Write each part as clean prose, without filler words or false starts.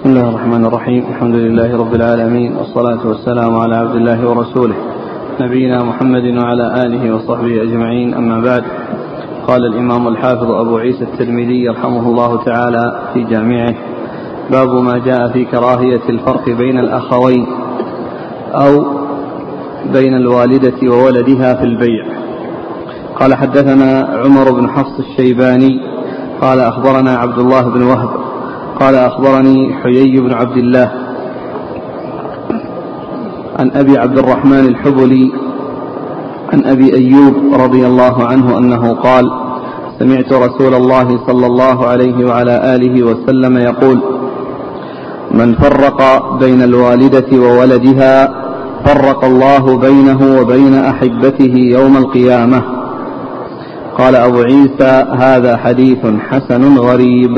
بسم الله الرحمن الرحيم. الحمد لله رب العالمين، والصلاة والسلام على عبد الله ورسوله نبينا محمد وعلى آله وصحبه أجمعين، أما بعد. قال الإمام الحافظ أبو عيسى الترمذي رحمه الله تعالى في جامعه: باب ما جاء في كراهية الفرق بين الأخوين أو بين الوالدة وولدها في البيع. قال: حدثنا عمر بن حفص الشيباني قال: أخبرنا عبد الله بن وهب قال: أخبرني حيي بن عبد الله عن أبي عبد الرحمن الحبلي عن أبي أيوب رضي الله عنه أنه قال: سمعت رسول الله صلى الله عليه وعلى آله وسلم يقول: من فرق بين الوالدة وولدها فرق الله بينه وبين أحبته يوم القيامة. قال أبو عيسى: هذا حديث حسن غريب.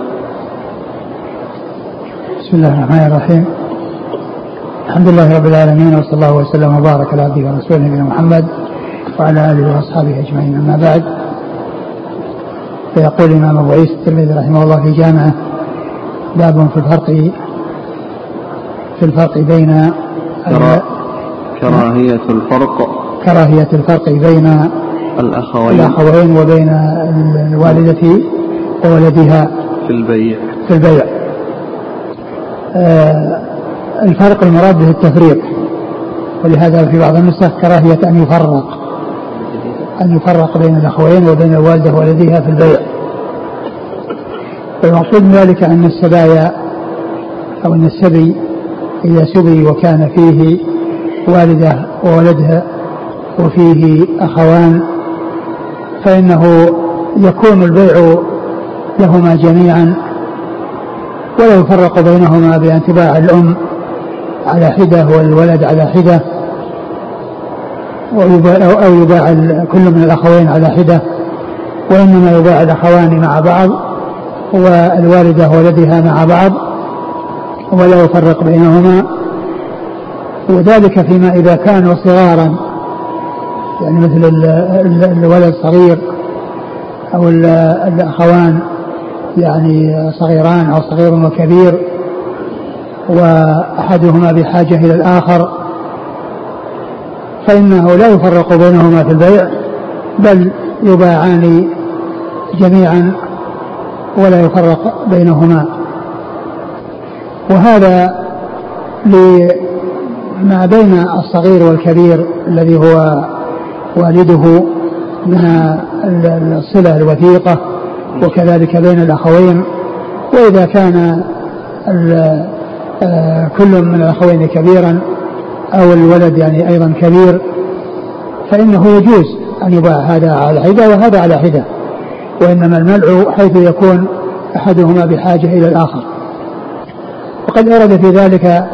بسم الله الرحمن الرحيم. الحمد لله رب العالمين، وصلى الله وسلم وبارك على عبده ورسوله نبينا محمد وعلى آله وأصحابه أجمعين، أما بعد. فيقول الإمام أبو عيسى الترمذي رحمه الله في جامعه: باب في الفرق بين كراهية الفرق بين الأخوين وبين الوالدة وولدها في البيع. الفرق المراد به التفريق، ولهذا في بعض النسخ كراهية أن يفرق بين الأخوين وبين الوالدة وولدها في البيع. والمقصود من ذلك أن السبايا أو أن السبي إذا سبي وكان فيه والدة وولدها وفيه أخوان فإنه يكون البيع لهما جميعا، ولا يفرق بينهما بأن تباع الأم على حدة والولد على حدة، أو يباع كل من الأخوين على حدة، وإنما يباع الأخوان مع بعض والوالدة وولدها مع بعض، ولا يفرق بينهما. وذلك فيما إذا كانوا صغارا، يعني مثل الولد صغير أو الأخوان يعني صغيران أو صغير وكبير، وأحدهما بحاجة إلى الآخر، فإنه لا يفرق بينهما في البيع، بل يباعان جميعا ولا يفرق بينهما. وهذا لما بين الصغير والكبير الذي هو والده من الصلة الوثيقة، وكذلك بين الأخوين. وإذا كان كل من الأخوين كبيرا أو الولد يعني أيضا كبير، فإنه يجوز أن يباع هذا على حدة وهذا على حدة، وإنما المنع حيث يكون أحدهما بحاجة إلى الآخر. وقد أورد في ذلك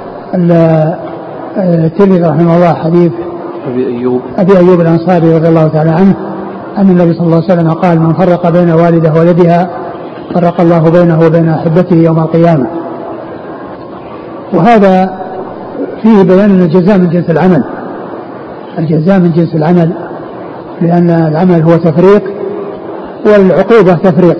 الترمذي رحمه الله حديث أبي أيوب الأنصاري رضي الله تعالى عنه أن النبي صلى الله عليه وسلم قال: من فرق بين والده وولدها فرق الله بينه وبين أحبته يوم القيامة. وهذا فيه بيان أن الجزاء من جنس العمل، الجزاء من جنس العمل، لأن العمل هو تفريق والعقوبة تفريق.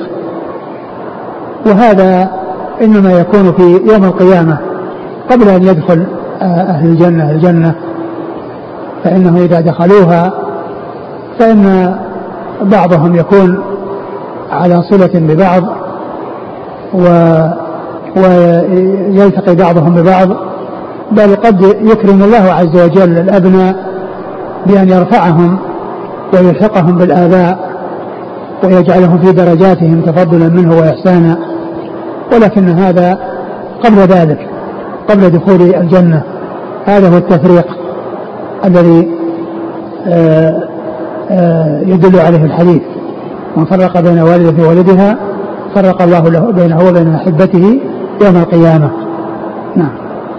وهذا إنما يكون في يوم القيامة قبل أن يدخل أهل الجنة فإنه إذا دخلوها فإن بعضهم يكون على صلة ببعض ويلتقي بعضهم ببعض، بل قد يكرم الله عز وجل الأبناء بأن يرفعهم ويلحقهم بالآباء ويجعلهم في درجاتهم تفضلا منه وإحسانا، ولكن هذا قبل ذلك، قبل دخول الجنة. هذا هو التفريق الذي يدل عليه الحديث: من فرق بين والده وولدها فرق الله له بينه وبين أحبته يوم القيامة. نعم.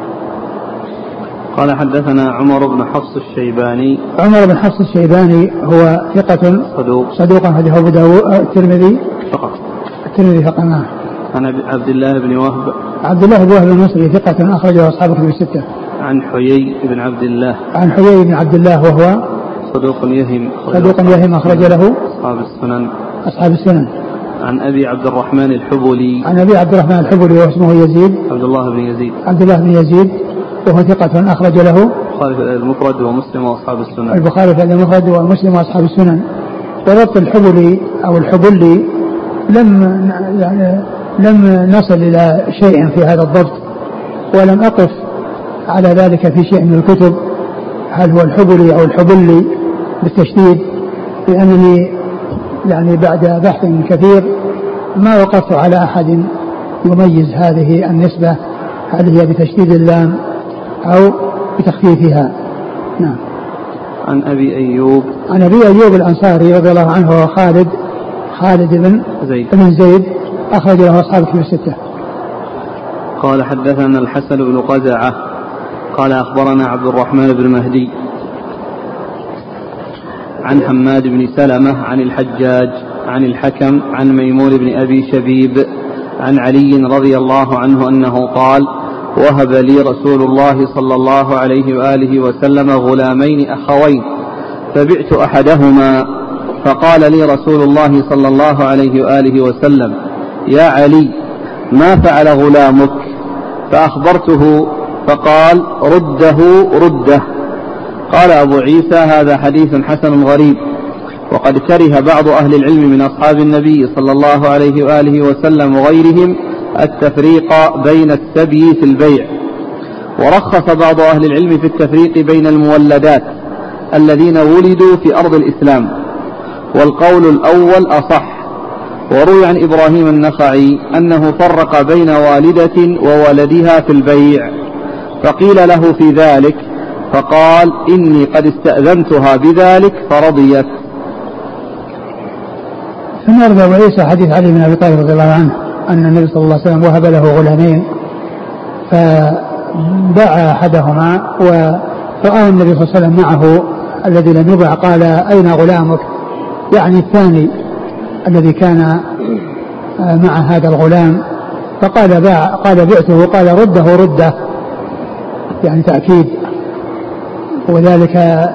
قال: حدثنا عمر بن حفص الشيباني. عمر بن حفص الشيباني هو ثقة صدوق حديثه أبو داود الترمذي فقط. نعم. عن عبد الله بن وهب. عبد الله بن وهب المصري ثقة أخرجه أصحاب الكتب الستة. عن حيي بن عبد الله. عن حيي بن عبد الله وهو صدوق يهم أخرج له أصحاب السنن. عن أبي عبد الرحمن الحبلي. عن أبي عبد الرحمن الحبلي واسمه يزيد. عبد الله بن يزيد. عبد الله بن يزيد وهو ثقة أخرج له البخاري في المفرد ومسلم وأصحاب السنن. البخاري في المفرد ومسلم وأصحاب السنن. وربط الحبلي أو الحبلي لم نصل إلى شيء في هذا الضبط، ولم أقف على ذلك في شيء من الكتب هل هو الحبلي أو الحبلي بالتشديد، لأنني يعني بعد بحث كثير ما وقفت على أحد يميز هذه النسبة هل هي بتشديد اللام أو بتخفيفها. نعم. عن أبي أيوب. عن أبي أيوب الأنصاري رضي الله عنه هو خالد بن زيد أخرج له أصحاب الكتب الستة. قال حدثنا الحسن بن قزعة قال أخبرنا عبد الرحمن بن مهدي عن حماد بن سلمة عن الحجاج عن الحكم عن ميمون بن أبي شبيب عن علي رضي الله عنه أنه قال وهب لي رسول الله صلى الله عليه وآله وسلم غلامين أخوين فبعت أحدهما فقال لي رسول الله صلى الله عليه وآله وسلم يا علي ما فعل غلامك؟ فأخبرته فقال رده. قال أبو عيسى هذا حديث حسن غريب، وقد كره بعض أهل العلم من أصحاب النبي صلى الله عليه وآله وسلم وغيرهم التفريق بين السبي في البيع، ورخص بعض أهل العلم في التفريق بين المولدات الذين ولدوا في أرض الإسلام، والقول الأول أصح. وروي عن إبراهيم النخعي أنه فرق بين والدة وولدها في البيع، فقيل له في ذلك فقال إني قد استأذنتها بذلك فرضيت. ثم أرد أبو عيسى حديث علي بن أبي طالب رضي الله عنه أن النبي صلى الله عليه وسلم وهب له غلامين فباع أحدهما ورآه النبي صلى الله عليه وسلم معه الذي لم يبع قال أين غلامك؟ يعني الثاني الذي كان مع هذا الغلام، فقال قال بعته، قال رده يعني تأكيد، وذلك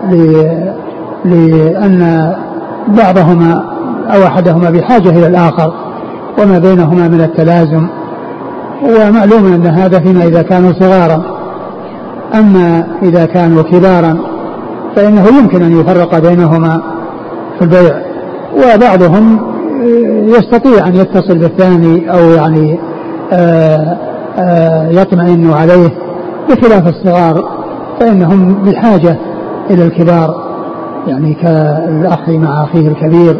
لأن بعضهما أو أحدهما بحاجة إلى الآخر وما بينهما من التلازم، ومعلوم أن هذا فيما إذا كانوا صغارا. أما إذا كانوا كبارا فإنه يمكن أن يفرق بينهما في البيع، وبعضهم يستطيع أن يتصل بالثاني أو يعني يطمئن عليه، بخلاف الصغار فإنهم بحاجة إلى الكبار، يعني كالأخ مع أخيه الكبير،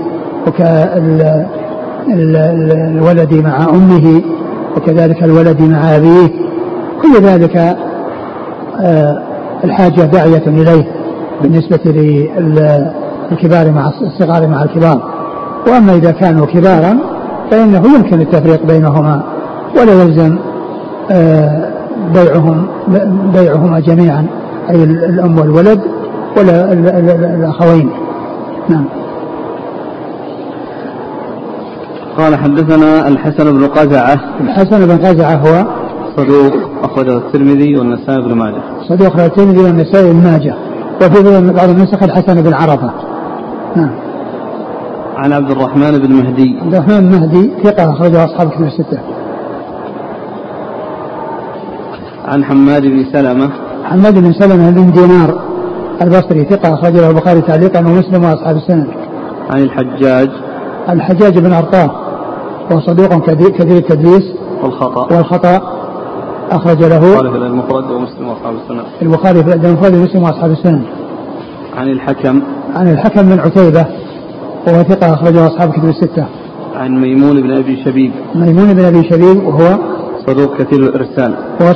وكالولد مع أمه، وكذلك الولد مع أبيه، كل ذلك الحاجة داعية إليه بالنسبة للكبار مع الصغار مع الكبار. وأما إذا كانوا كبارا فإنه يمكن التفريق بينهما ولا يلزم بيعهما جميعا، أي الأم والولد ولا الأخوين. نعم. قال حدثنا الحسن بن قزعة. الحسن بن قزعة هو صدوق أخرجه الترمذي والنسائي بن ماجه. صدوق أخرجه الترمذي والنسائي بن ماجه، وفي بعض النسخ الحسن بن عرفة. نعم. عن عبد الرحمن بن مهدي. عبد الرحمن بن مهدي ثقة أخرجه أصحاب الكتب الستة. عن حماد بن سلمة. حماد بن سلمة بن دينار البصري ثقة أخرجه البخاري تعليقا ومسلم وأصحاب السنن. عن الحجاج بن أرطاه وهو صدوق كثير التدليس والخطأ أخرج له البخاري في المفرد ومسلم وأصحاب السنن. البخاري في المفرد ومسلم وأصحاب السنن. عن الحكم بن عتيبة وهو ثقة أخرجه أصحاب الكتب الستة. عن ميمون بن أبي شبيب وهو صدوق كثير الإرسال.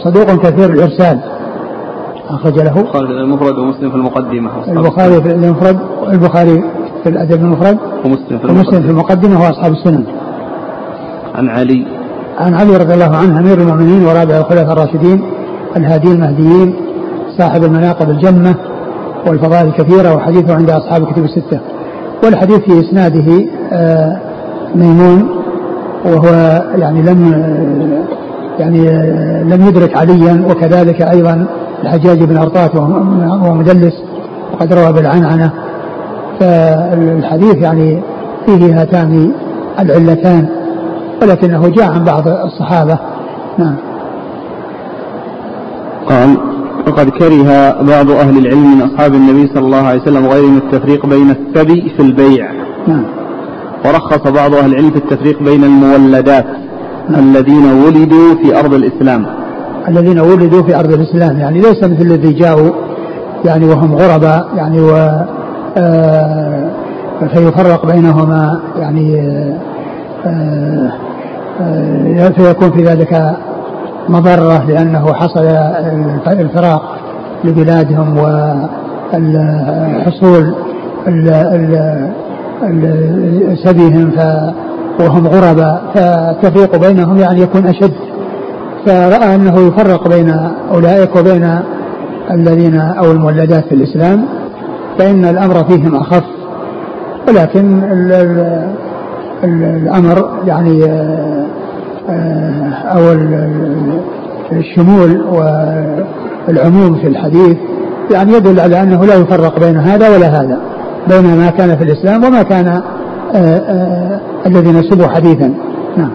أخرج له البخاري في المفرد ومسلم في المقدمة. البخاري في الأدب المفرد ومسلم في المقدمة وأصحاب السنن. عن علي رضي الله عنه أمير المؤمنين ورابع الخلفاء الراشدين الهادي المهديين صاحب المناقب الجمة والفضائل الكثيرة، وحديثه عند أصحاب الكتب الستة. والحديث في إسناده ميمون، وهو يعني لم يدرك عليا، وكذلك أيضا الحجاج بن أرطاة وهو مدلس وقد روى بالعنعنة. فالحديث يعني فيه هاتان العلتان، ولكنه جاء عن بعض الصحابة. نعم. قال: وقد كره بعض أهل العلم من أصحاب النبي صلى الله عليه وسلم وغيرهم التفريق بين السبي في البيع. نعم. ورخص بعض أهل العلم في التفريق بين المولدات الذين ولدوا في أرض الإسلام. الذين ولدوا في أرض الإسلام يعني ليس مثل الذي جاءوا يعني وهم غرباء يعني فيفرق بينهما يعني فيكون في ذلك مضرة لأنه حصل الفراق لبلادهم وحصول سبيهم وهم غرباء، فالتفريق بينهم يعني يكون أشد، فرأى أنه يفرق بين أولئك وبين الذين أو المولدات في الإسلام فإن الأمر فيهم أخف، ولكن الأمر يعني أو الشمول والعموم في الحديث يعني يدل على أنه لا يفرق بين هذا ولا هذا، بين ما كان في الإسلام وما كان الذين نسبوا حديثا. نعم.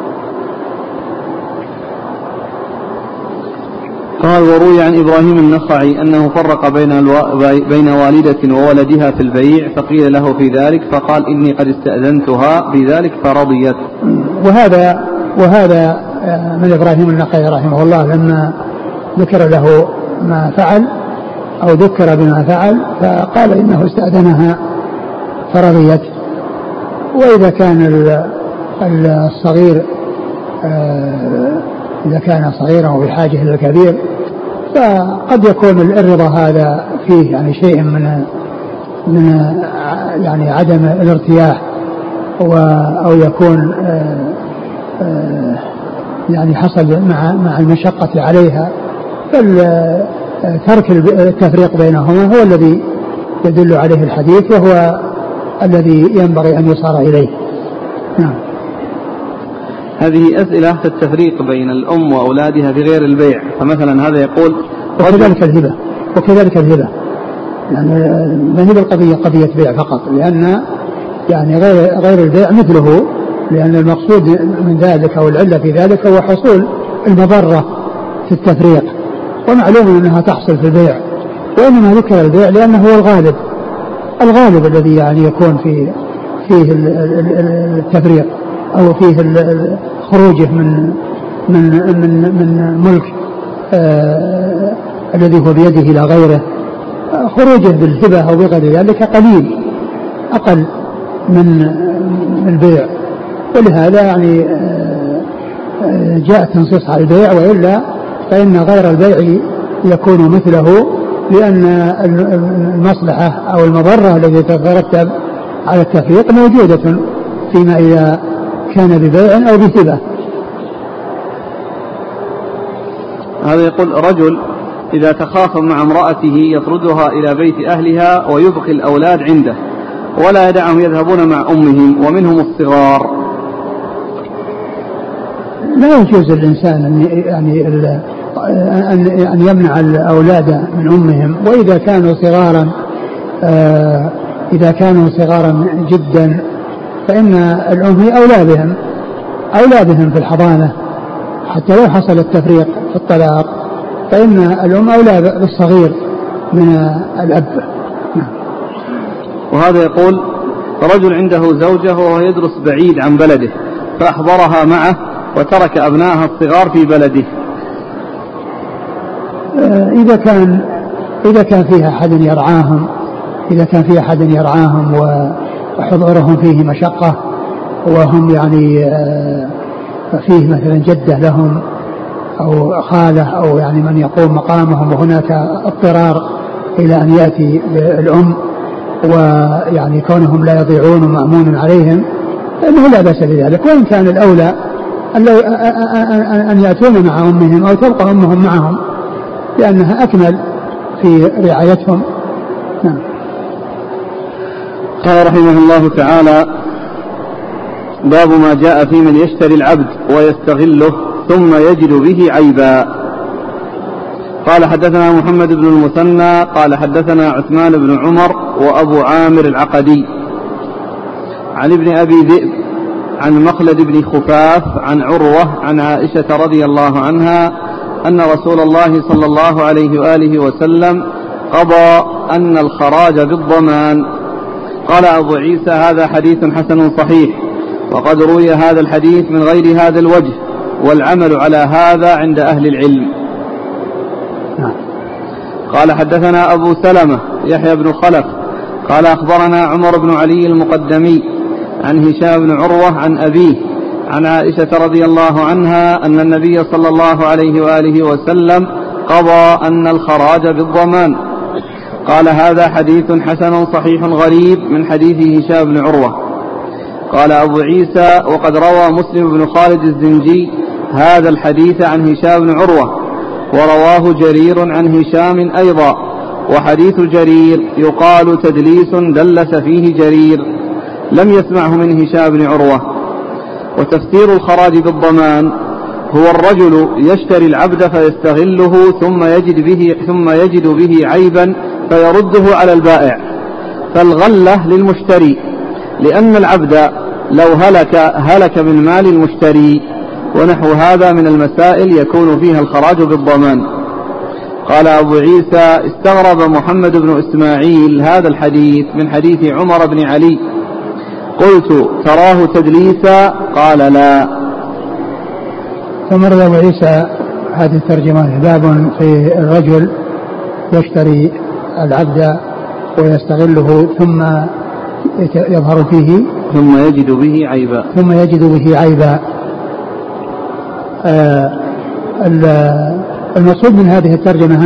قال: وروي عن إبراهيم النخعي أنه فرق بين والدة وولدها في البيع فقيل له في ذلك فقال: إني قد استأذنتها بذلك فرضيت. وهذا من إبراهيم النخعي رحمه الله لما ذكر له ما فعل أو ذكر بما فعل فقال إنه استأذنها فرضيت. وإذا كان الصغير إذا كان صغيرا وبحاجة إلى الكبير فقد يكون الرضا هذا فيه يعني شيء من يعني عدم الارتياح أو يكون يعني حصل مع المشقة عليها، فترك التفريق بينهما هو الذي يدل عليه الحديث وهو الذي ينبغي أن يصار إليه. نعم. هذه أسئلة في التفريق بين الأم وأولادها في غير البيع، فمثلا هذا يقول وكذلك الهبة يعني ما هي القضية قضية بيع فقط، لأن يعني غير البيع مثله، لأن المقصود من ذلك أو العلة في ذلك هو حصول المضرة في التفريق، ومعلوم أنها تحصل في البيع، وإنما ذكر البيع لأنه هو الغالب الذي يعني يكون فيه التفريق أو فيه خروجه من ملك الذي هو بيده إلى غيره، خروجه بالهبة أو بغير ذلك قليل أقل من البيع، ولهذا يعني جاء تنصيص على البيع، وإلا فإن غير البيع يكون مثله، لأن المصلحة أو المضرة التي تترتب على التفريق موجودة فيما إذا كان ببيع أو بهبة. هذا يقول: رجل إذا تخاصم مع امرأته يطردها إلى بيت أهلها ويبقي الأولاد عنده ولا يدعهم يذهبون مع أمهم ومنهم الصغار. لا يجوز الإنسان أن يمنع الأولاد من أمهم، وإذا كانوا صغارا جدا فإن الأم هي أولى بهم في الحضانة، حتى لو حصل التفريق في الطلاق فإن الأم أولى بالصغير من الأب. وهذا يقول: رجل عنده زوجة وهو يدرس بعيد عن بلده فأحضرها معه وترك أبنائها الصغار في بلده. إذا كان فيها أحد يرعاهم وحضورهم فيه مشقة، وهم يعني فيه مثلا جدة لهم أو خالة أو يعني من يقوم مقامهم، وهناك اضطرار إلى أن يأتي الأم، ويعني كونهم لا يضيعون ومأمون عليهم فإنه لا بأس بذلك، وإن كان الأولى أن يأتون مع أمهم أو تبقى أمهم معهم لأنها أكمل في رعايتهم. نعم. قال رحمه الله تعالى: باب ما جاء في من يشتري العبد ويستغله ثم يجد به عيبا. قال: حدثنا محمد بن المثنى قال حدثنا عثمان بن عمر وأبو عامر العقدي عن ابن أبي ذئب عن مخلد بن خفاف عن عروة عن عائشة رضي الله عنها أن رسول الله صلى الله عليه وآله وسلم قضى أن الخراج بالضمان. قال أبو عيسى: هذا حديث حسن صحيح، وقد روي هذا الحديث من غير هذا الوجه، والعمل على هذا عند أهل العلم. قال: حدثنا أبو سلمة يحيى بن خلف قال: أخبرنا عمر بن علي المقدمي عن هشام بن عروة عن أبيه عن عائشة رضي الله عنها أن النبي صلى الله عليه وآله وسلم قضى أن الخراج بالضمان. قال: هذا حديث حسن صحيح غريب من حديث هشام بن عروة. قال أبو عيسى: وقد روى مسلم بن خالد الزنجي هذا الحديث عن هشام بن عروة، ورواه جرير عن هشام أيضا، وحديث جرير يقال تدليس دلس فيه جرير، لم يسمعه من هشام بن عروة. وتفسير الخراج بالضمان هو الرجل يشتري العبد فيستغله ثم يجد به عيبا فيرده على البائع، فالغلة للمشتري، لأن العبد لو هلك من مال المشتري، ونحو هذا من المسائل يكون فيها الخراج بالضمان. قال أبو عيسى: استغرب محمد بن إسماعيل هذا الحديث من حديث عمر بن علي. قلت: تراه تدليسا؟ قال: لا. ثم روى أبو عيسى هذه الترجمة: باب في الرجل يشتري العبد ويستغله ثم يظهر فيه ثم يجد به عيبا. المقصود من هذه الترجمة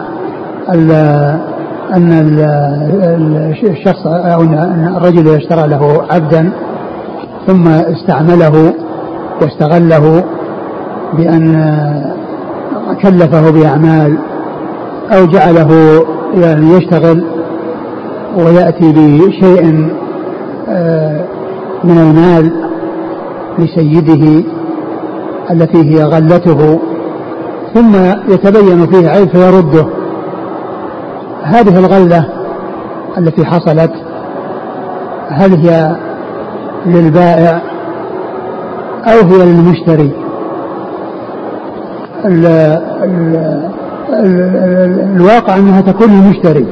أن الشخص أو أن الرجل اشترى له عبدا ثم استعمله واستغله بأن كلفه بأعمال أو جعله يعني يشتغل ويأتي بشيء من المال لسيده التي هي غلته، ثم يتبين فيه عيب فيرده. هذه الغلة التي حصلت هل هي للبائع أو هي للمشتري؟ الواقع أنها تكون للمشتري،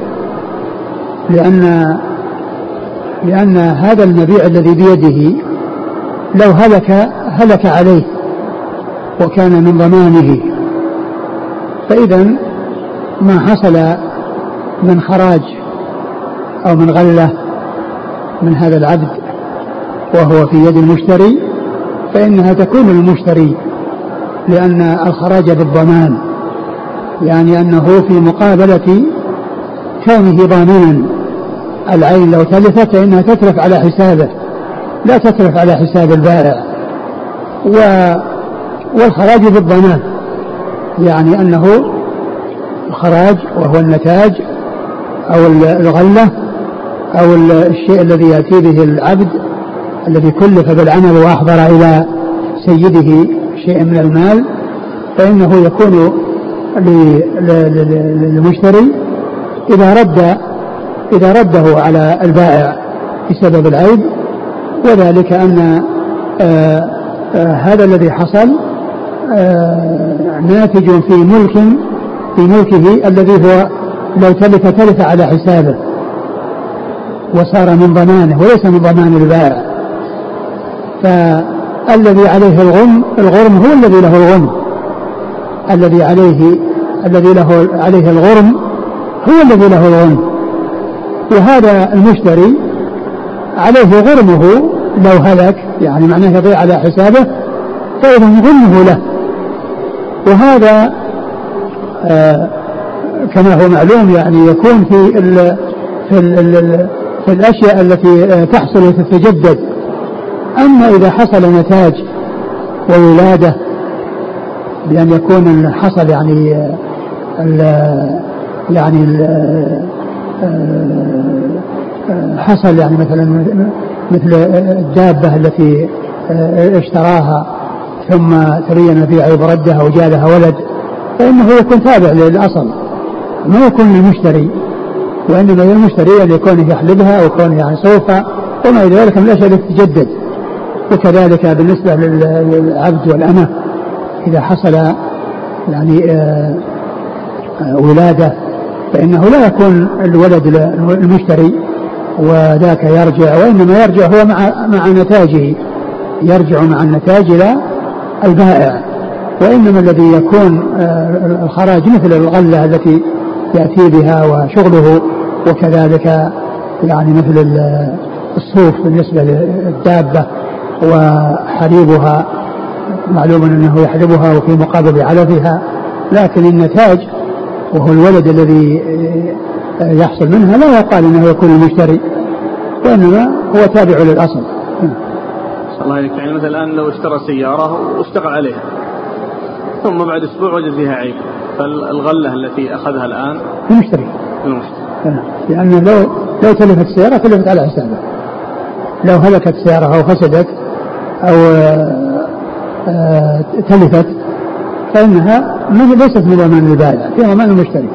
لأن هذا المبيع الذي بيده لو هلك عليه وكان من ضمانه، فإذا ما حصل من خراج أو من غلة من هذا العبد وهو في يد المشتري فإنها تكون للمشتري، لأن الخراج بالضمان، يعني أنه في مقابلة كونه ضامنا. العين لو تلفت فإنها تتلف على حسابه لا تتلف على حساب البائع. والخراج بالضمان يعني أنه الخراج وهو النتاج أو الغلة أو الشيء الذي يأتي به العبد الذي كلف بالعمل وأحضر إلى سيده شيء من المال، فإنه يكون للمشتري إذا رده على البائع بسبب العيب، وذلك أن هذا الذي حصل ناتج في ملكه الذي هو لو تلف على حسابه وصار من ضمانه وليس من ضمان البائع. فالذي عليه الغرم هو الذي له الغرم، الذي عليه الغرم هو الذي له الغرم، وهذا المشتري عليه غرمه لو هلك، يعني معناه يضيع على حسابه، فإذا غرمه له. وهذا كما هو معلوم يعني يكون في الأشياء التي تحصل وتتجدد. أما إذا حصل نتاج وولادة بأن يكون حصل حصل يعني مثل الدابة التي اشتراها ثم تبين في عيب ردها وجاء لها ولد، فإنه يكون تابع للأصل ما يكون للمشتري، وإنما للمشتري اللي يكون يحلبها أو يكون يصوفها وما إلى ذلك من الأشياء التي تتجدد. وكذلك بالنسبة للعبد والأمة إذا حصل يعني ولادة فإنه لا يكون الولد المشتري وذاك يرجع، وإنما يرجع هو مع نتاجه، يرجع مع النتاج إلى البائع. وإنما الذي يكون الخراج مثل الغلة التي يأتي بها وشغله، وكذلك يعني مثل الصوف بالنسبة للدابة وحليبها، معلوم أنه يحلبها وفي مقابل علفها، لكن النتاج وهو الولد الذي يحصل منها لا يقال أنه يكون المشتري، وإنما هو تابع للأصل. الله عليك. يعني مثلا الآن لو اشترى سيارة واشتغل عليها ثم بعد أسبوع وجد فيها عيب، فالغلة التي أخذها الآن المشتري، لأنه لو تلفت السيارة تلفت على حسابه، لو هلكت السيارة أو فسدت أو تلفت فإنها ليست من ضمان البائع، في ضمان المشتري.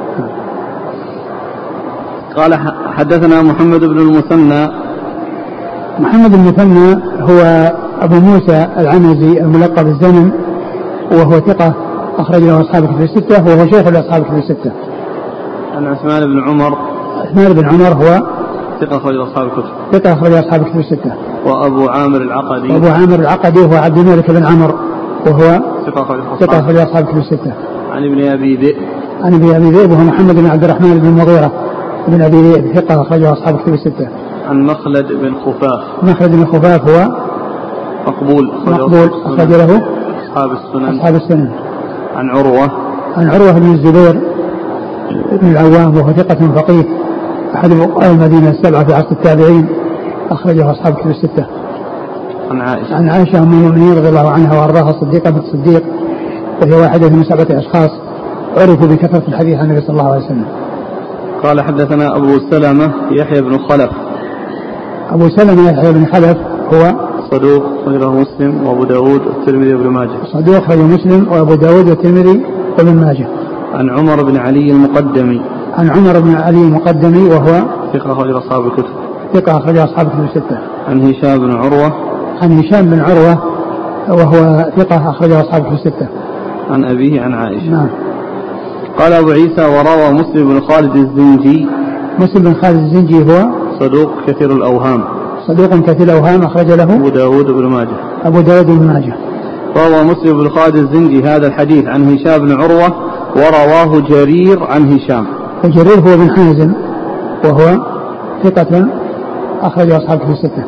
قال حدثنا محمد بن المثنى. محمد بن المثنى هو أبو موسى العنزي الملقب بالزمن، وهو ثقة أخرج له أصحاب الكتب الستة، وهو شيخ لأصحاب الكتب الستة. عن عثمان بن عمر. عثمان بن عمر هو ثقة أخرج أصحاب الكتب. ثقة أخرج أصحاب الكتب الستة. وأبو عامر العقدي. وأبو عامر العقدي هو عبد الملك بن عمر، وهو ثقة أخرج أصحاب الكتب الستة. عن ابن أبي ذئب. عن ابن أبي ذئب وهو محمد بن عبد الرحمن بن المغيرة بن أبي ذئب، ثقة أخرجه أصحاب الكتب الستة. عن مخلد بن خفاف. مخلد بن خفاف هو مقبول أخرج له أصحاب السنن. عن عروة بن الزبير بن العوام وهو ثقة فقيه أحد فقهاء المدينة السبعة في عصر التابعين، أخرجه أصحاب الكتب الستة. عن عائشة أم المؤمنين رضي الله عنها وأرضاها الصديقة بنت الصديق، وهي واحدة من 7 أشخاص عرفوا بكثرة الحديث عن النبي صلى الله عليه وسلم. قال حدثنا أبو سلمة يحيى بن خلف. أبو سلمة يحيى بن خلف هو صدوق أخرجه مسلم وأبو داود والترمذي وابن ماجه. صدوق أخرجه مسلم وأبو داود والترمذي وابن ماجه. عن عمر بن علي المقدمي. عن عمر بن علي المقدمي وهو ثقة أخرج أصحاب الكتب. ثقة أخرج أصحاب الكتب الستة. عن هشام بن عروة. عن هشام بن عروة وهو ثقة أخرج أصحاب الكتب الستة. عن أبيه عن عائشة. نعم. قال أبو عيسى وروى مسلم بن خالد الزنجي. مسلم بن خالد الزنجي هو صدوق كثير الأوهام. صدوق كثير الأوهام أخرج له أبو داود بن ماجه. أبو داود بن ماجه. روى مسلم بن خالد الزنجي هذا الحديث عن هشام بن عروة ورواه جرير عن هشام. وجرير هو بن حازم وهو ثقة أخرج أصحاب الكتب الستة.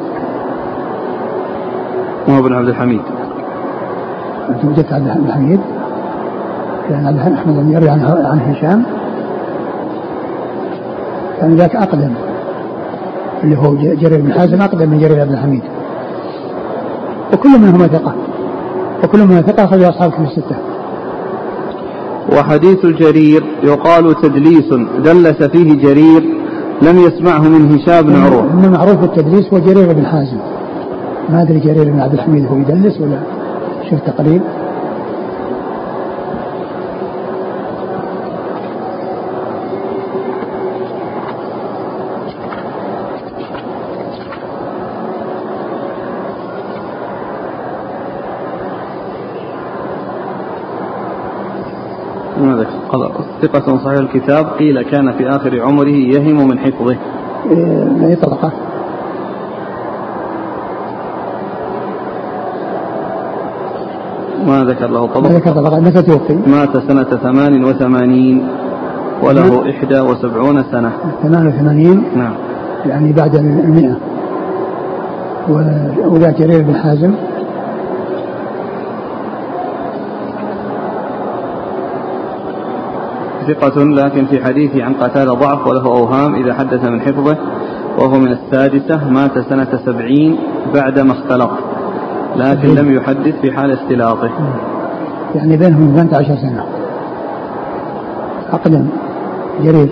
وهو بن عبد الحميد. أنت وجدت عبد الحميد؟ كان عبد أحمد بن يروي عن هشام، كان ذاك أقدم اللي هو جرير بن حازم أقدم من جرير عبد الحميد، وكل منهما ثقة، وكل منهما ثقة أخرج أصحاب الكتب الستة. وحديث جرير يقال تدليس دلس فيه جرير لم يسمعه من هشام بن عروة. إنما معروف التدليس هو جرير بن حازم، ما أدري جرير بن عبد الحميد هو يدلس ولا شوف تقريب. ثقة صحيح الكتاب قيل كان في آخر عمره يهم من حفظه. أي طبقة؟ ما ذكر له طبقة. ما ذكر طبقة. متى توفي؟ مات سنة 88 وله 71 سنة. 88 نعم، يعني بعد 100. وذا جرير بن حازم ثقة لكن في حديثه عن قتادة ضعف وله أوهام إذا حدث من حفظه، وهو من 6 مات سنة 70 بعدما اختلط، لكن لم يحدث في حال اختلاطه. يعني بينهم 18 سنة أقدم جرير.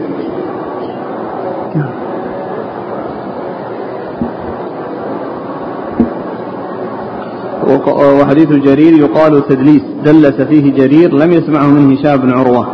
وحديث جرير يقال تدليس دلس فيه جرير لم يسمعه من هشام بن عروة.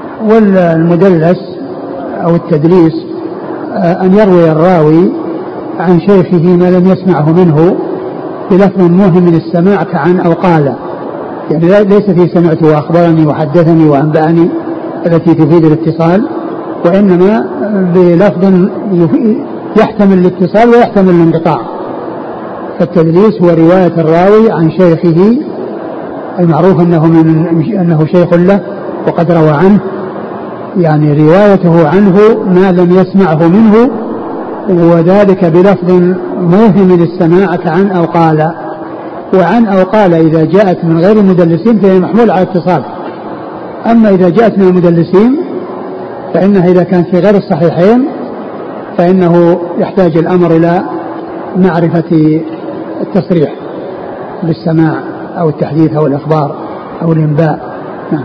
والمدلس أو التدليس أن يروي الراوي عن شيخه ما لم يسمعه منه بلفظ موهم من السماع كعن أو قال، يعني ليس فيه سمعت وأخبرني وحدثني وأنبأني التي تفيد الاتصال، وإنما بلفظ يحتمل الاتصال ويحتمل الانقطاع. فالتدليس هو رواية الراوي عن شيخه المعروف أنه شيخ له وقد روى عنه، يعني روايته عنه ما لم يسمعه منه، وذلك بلفظ موهم للسماع كعن أو قال. وعن أو قال إذا جاءت من غير المدلسين فهي محمول على اتصال، أما إذا جاءت من المدلسين فإنها إذا كانت في غير الصحيحين فإنه يحتاج الأمر إلى معرفة التصريح بالسماع أو التحديث أو الإخبار أو الإنباء. نعم.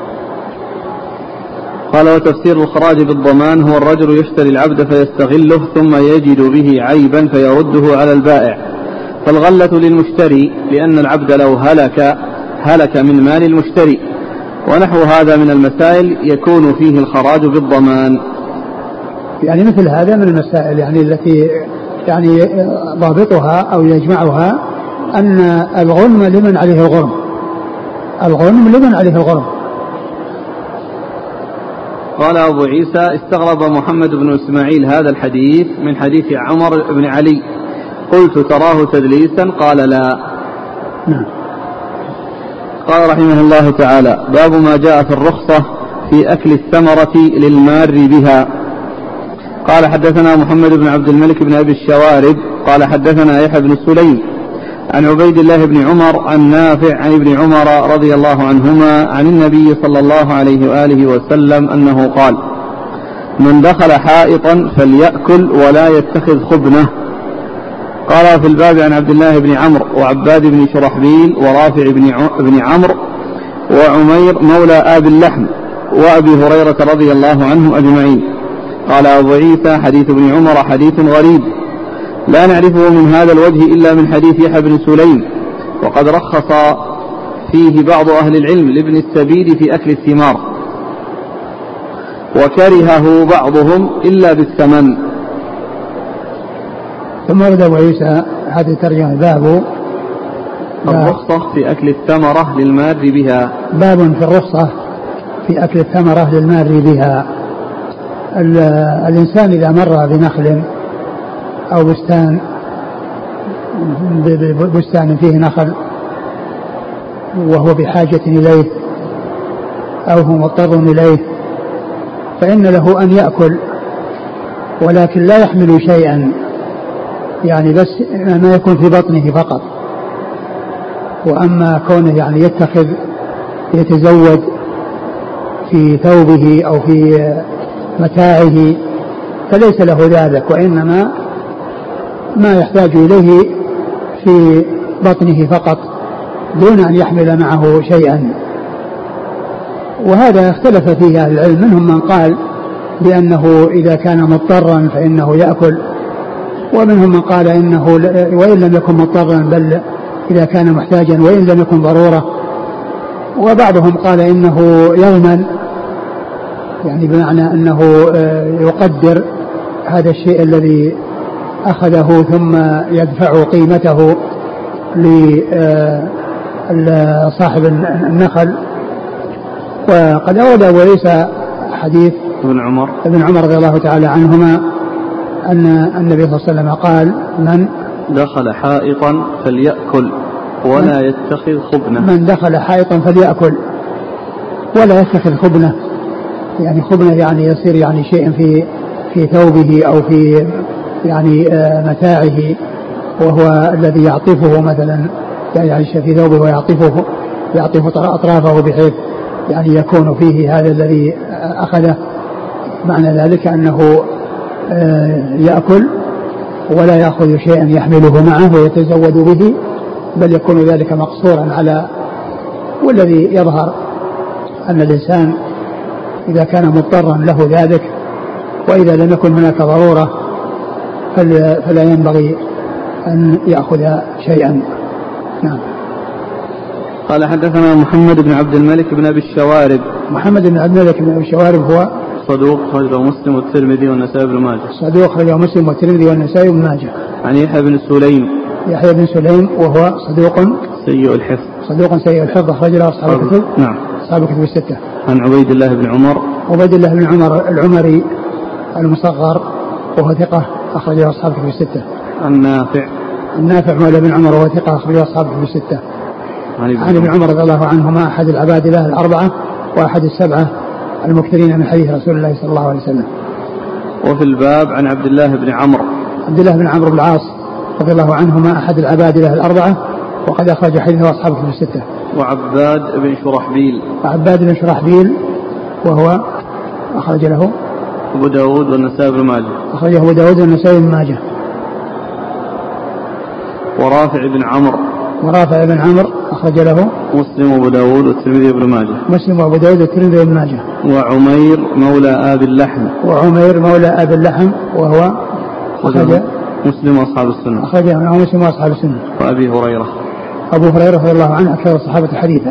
قال: وتفسير الخراج بالضمان هو الرجل يشتري العبد فيستغله ثم يجد به عيبا فيرده على البائع، فالغلة للمشتري لأن العبد لو هلك من مال المشتري، ونحو هذا من المسائل يكون فيه الخراج بالضمان. يعني مثل هذا من المسائل يعني التي يعني ضابطها أو يجمعها أن الغنم لمن عليه الغرم، الغنم لمن عليه الغرم. قال أبو عيسى: استغرب محمد بن إسماعيل هذا الحديث من حديث عمر بن علي، قلت: تراه تدليسا؟ قال: لا. نعم. قال رحمه الله تعالى: باب ما جاء في الرخصة في أكل الثمرة للمار بها. قال: حدثنا محمد بن عبد الملك بن أبي الشوارب قال: حدثنا يحيى بن سليم عن عبيد الله بن عمر عن نافع عن ابن عمر رضي الله عنهما عن النبي صلى الله عليه وآله وسلم أنه قال: من دخل حائطا فليأكل ولا يتخذ خبنه. قال: في الباب عن عبد الله بن عمرو وعباد بن شرحبيل ورافع بن عمرو وعمير مولى آب اللحم وأبي هريرة رضي الله عنهم أجمعين. قال أبو عيسى: حديث ابن عمر حديث غريب لا نعرفه من هذا الوجه إلا من حديث يحيى بن سليم، وقد رخص فيه بعض أهل العلم لابن السبيل في أكل الثمار، وكرهه بعضهم إلا بالثمن. ثم ورد أبو عيسى هذه الترجمة: باب الرخصة في أكل الثمرة للمار بها. باب في الرخصة في أكل الثمرة للمار بها. الإنسان إذا مر بنخل أو بستان فيه نخل وهو بحاجة إليه أو هو مضطر إليه فإن له أن يأكل، ولكن لا يحمل شيئا، يعني بس ما يكون في بطنه فقط. وأما كونه يعني يتزود في ثوبه أو في متاعه فليس له ذلك، وإنما ما يحتاج إليه في بطنه فقط دون أن يحمل معه شيئا. وهذا اختلف فيه أهل العلم، منهم من قال بأنه إذا كان مضطرا فإنه يأكل، ومنهم من قال إنه وإن لم يكن مضطرا بل إذا كان محتاجا وإن لم يكن ضرورة، وبعضهم قال إنه يضمن، يعني بمعنى أنه يقدر هذا الشيء الذي أخذه ثم يدفع قيمته لصاحب النخل. وقد أورد أبو عيسى حديث ابن عمر رضي الله تعالى عنهما أن النبي صلى الله عليه وسلم قال: من دخل حائطا فليأكل ولا يتخذ خبنه. من دخل حائطا فليأكل ولا يتخذ خبنه، يعني خبنه يعني يصير يعني شيء في ثوبه أو في يعني متاعه، وهو الذي يعطفه مثلا، يعني في ثوبه ويعطف أطرافه بحيث يعني يكون فيه هذا الذي أخذه. معنى ذلك أنه يأكل ولا يأخذ شيئا يحمله معه ويتزود به، بل يكون ذلك مقصورا على. والذي يظهر أن الإنسان إذا كان مضطرا له ذلك، وإذا لم يكن هناك ضرورة فلا ينبغي أن يأخذ شيئا. نعم. قال: حدثنا محمد بن عبد الملك بن أبي الشوارب. محمد بن عبد الملك بن أبي الشوارب هو صدوق أخرجه مسلم والترمذي والنسائي بن ماجه. صدوق أخرجه مسلم والترمذي والنسائي بن ماجه. عن يحيى بن سليم. يحيى بن سليم وهو صدوق سيء الحفظ. صدوق سيء الحفظ أخرج له أصحاب الكتب. نعم. أصحاب الكتب الستة. عن عبيد الله بن عمر. عبيد الله بن عمر العمري المصغر وهو ثقة أخرج له أصحاب الكتب الستة. عن نافع. النافع مولى بن عمر وهو ثقة أخرج له أصحاب الكتب الستة. عن ابن عمر رضي الله عنهما أحد العباد له الأربعة وأحد السبعة المكثرين من حديث رسول الله صلى الله عليه وسلم. وفي الباب عن عبد الله بن عمرو. عبد الله بن عمرو بن العاص رضي الله عنهما أحد العباد له الأربعة وقد أخرج حديثه أصحاب الكتب الستة. وعباد بن شرحبيل. عباد بن شرحبيل وهو أخرج له أبو داود والنسائي بن ماجه. أخرجه أبو داود والنسائي بن ماجه. ورافع بن عمرو. ورافع بن عمرو أخرج له مسلم وأبو داود والترمذي بن ماجه. مسلم وأبو داود والترمذي بن ماجه. وعمير مولى أبي اللحم. وعمير مولى أبي اللحم وهو أخرج مسلم وأصحاب السنة. أخرجه مسلم وأصحاب السنة. وأبي هريرة. أبو هريرة رضي الله عنه أكثر الصحابة حديثا.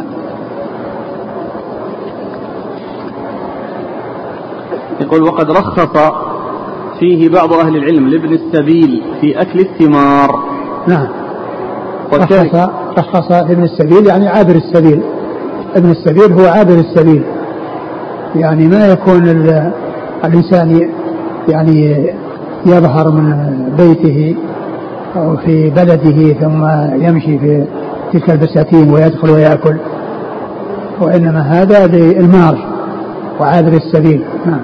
يقول وقد رخص فيه بعض أهل العلم لابن السبيل في أكل الثمار. نعم. رخص ابن السبيل يعني عابر السبيل. ابن السبيل هو عابر السبيل، يعني ما يكون الإنسان يعني يظهر من بيته أو في بلده ثم يمشي في تلك البساتين ويدخل ويأكل، وإنما هذا للمار وعابر السبيل. نعم.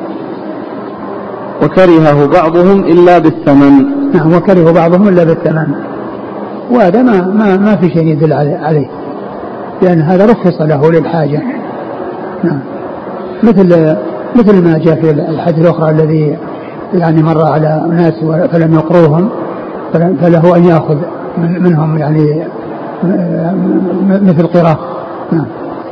وكرهه بعضهم إلا بالثمن. نعم. وكرهه بعضهم إلا بالثمن، وهذا ما في شيء يدل عليه، لأن هذا رخص له للحاجة. نعم. مثل ما جاء في الحديث الأخرى الذي يعني مر على ناس فلم يقروهم فله أن يأخذ منهم يعني مثل قراه. نعم.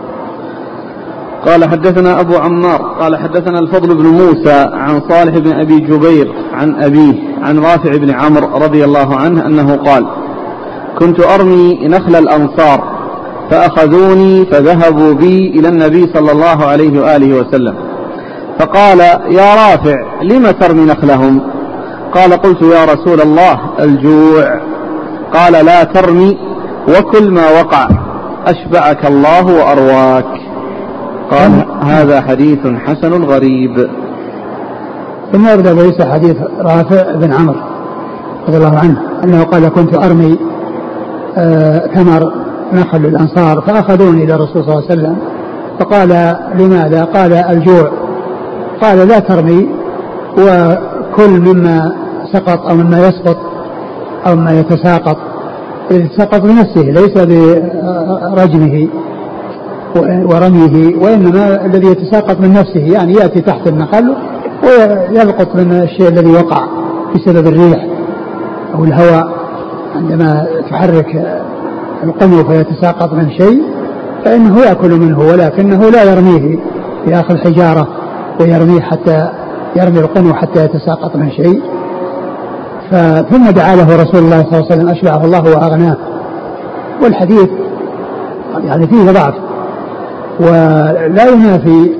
قال حدثنا أبو عمار قال حدثنا الفضل بن موسى عن صالح بن أبي جبير عن أبيه عن رافع بن عمرو رضي الله عنه أنه قال كنت أرمي نخل الأنصار فأخذوني فذهبوا بي إلى النبي صلى الله عليه وآله وسلم فقال يا رافع لم ترمي نخلهم؟ قال قلت يا رسول الله الجوع. قال لا ترمي وكل ما وقع أشبعك الله وأرواك. قال هذا حديث حسن غريب. ثم يبدأ ليس حديث رافع بن عمرو رضي الله عنه أنه قال كنت أرمي ثمر نخل الأنصار فأخذوني إلى الرسول صلى الله عليه وسلم فقال لماذا؟ قال الجوع. قال لا ترمي وكل مما سقط أو مما يسقط أو مما يتساقط سقط بنفسه ليس برجمه ورميه، وإنما الذي يتساقط من نفسه يعني يأتي تحت النخل ويلقط من الشيء الذي وقع بسبب الريح أو الهواء عندما تحرك القنو فيتساقط من شيء فإنه يأكل منه، ولكنه لا يرميه يأخذ الحجارة ويرميه حتى يرمي القنو حتى يتساقط من شيء. ثم دعا له رسول الله صلى الله عليه وسلم أشبعه الله وأغناه. والحديث يعني فيه ضعف ولا ينافي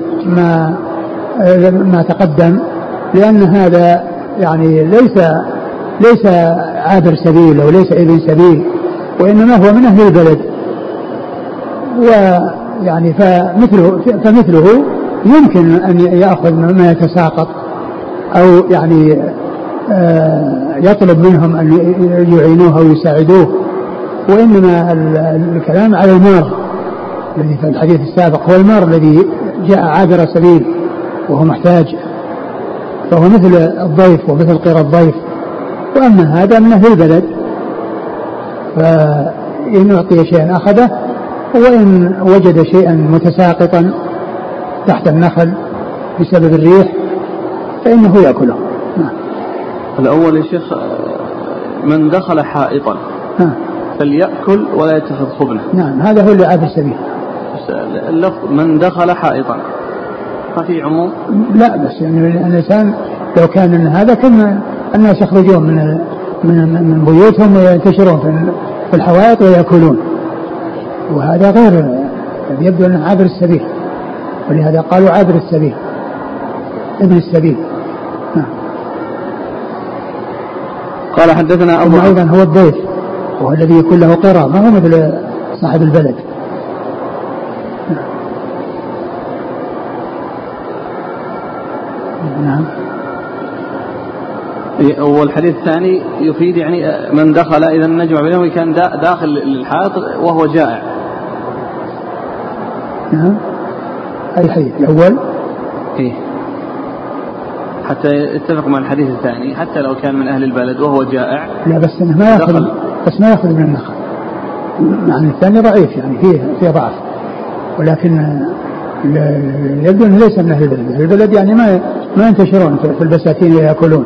ما تقدم، لأن هذا يعني ليس عابر سبيل أو ليس ابن سبيل، وإنما هو من أهل البلد، ويعني فمثله يمكن أن يأخذ ما يتساقط أو يعني يطلب منهم أن يعينوه أو يساعدوه، وإنما الكلام على المار الذي في الحديث السابق هو المار الذي جاء عابر سبيل وهو محتاج، فهو مثل الضيف ومثل قرى الضيف. وأما هذا من أهل البلد فإن أعطي شيئا أخذه، وإن وجد شيئا متساقطا تحت النخل بسبب الريح فإنه يأكله. الأول يا شيخ من دخل حائطا فليأكل ولا يتخذ خبنه. نعم هذا هو اللي عابر السبيل. اللفظ من دخل حائطا ما في عموم؟ لا، بس يعني الإنسان لو كان إن هذا كما الناس يخرجون من بيوتهم وينتشرون في الحوائط ويأكلون، وهذا غير يبدو أنه عابر السبيل، ولهذا قالوا عابر السبيل. ابن السبيل. قال حدثنا أبو أيضا هو الضيف وهو الذي يكون له قرى، ما هو مثل صاحب البلد. نعم. والحديث الثاني يفيد يعني من دخل إذا نجمع بينهم كان داخل الحائط وهو جائع. نعم. أي حديث الأول؟ إيه، حتى يتفق مع الحديث الثاني حتى لو كان من أهل البلد وهو جائع. لا بس إنه ما يأخذ من النخل. معنى الثاني ضعيف يعني فيه ضعف، ولكن يبدو أنه ليس من أهل البلد. أهل البلد يعني ما ينتشرون في البساتين ويأكلون.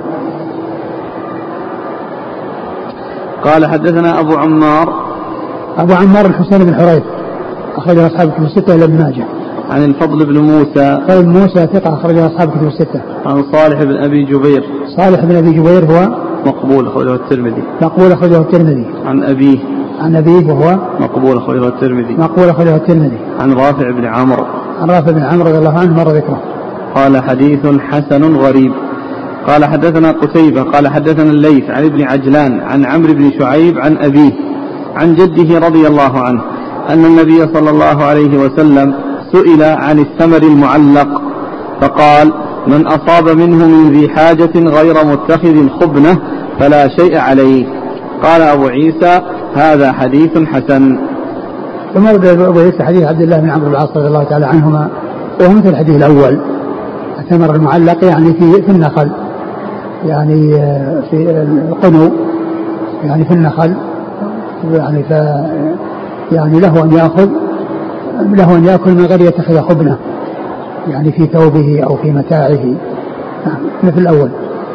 قال حدثنا أبو عمار الحسين بن حريث أخرجه أصحاب الكتب الستة إلى ابن ماجه. عن الفضل بن موسى ثقة أخرجه أصحاب الكتب الستة. عن صالح بن أبي جبير هو مقبول أخرجه الترمذي. عن أبيه وهو مقبول أخرجه الترمذي. عن رافع بن عمرو رضي الله عنه مر ذكره. قال حديث حسن غريب. قال حدثنا قتيبة قال حدثنا الليث عن ابن عجلان عن عمرو بن شعيب عن أبيه عن جده رضي الله عنه أن النبي صلى الله عليه وسلم سئل عن الثمر المعلق فقال: من أصاب منه من ذي حاجة غير متخذ خبنة فلا شيء عليه. قال أبو عيسى: هذا حديث حسن. ثم أبو عيسى حديث عبد الله بن عمرو بن العاص رضي الله تعالى عنهما وهو مثل الحديث الأول. الثمر المعلق يعني في النخل، يعني في القنو، يعني في النخل، يعني يعني له أن يأكل من غير يتخذ خبنة، يعني في ثوبه أو في متاعه، مثل الأول.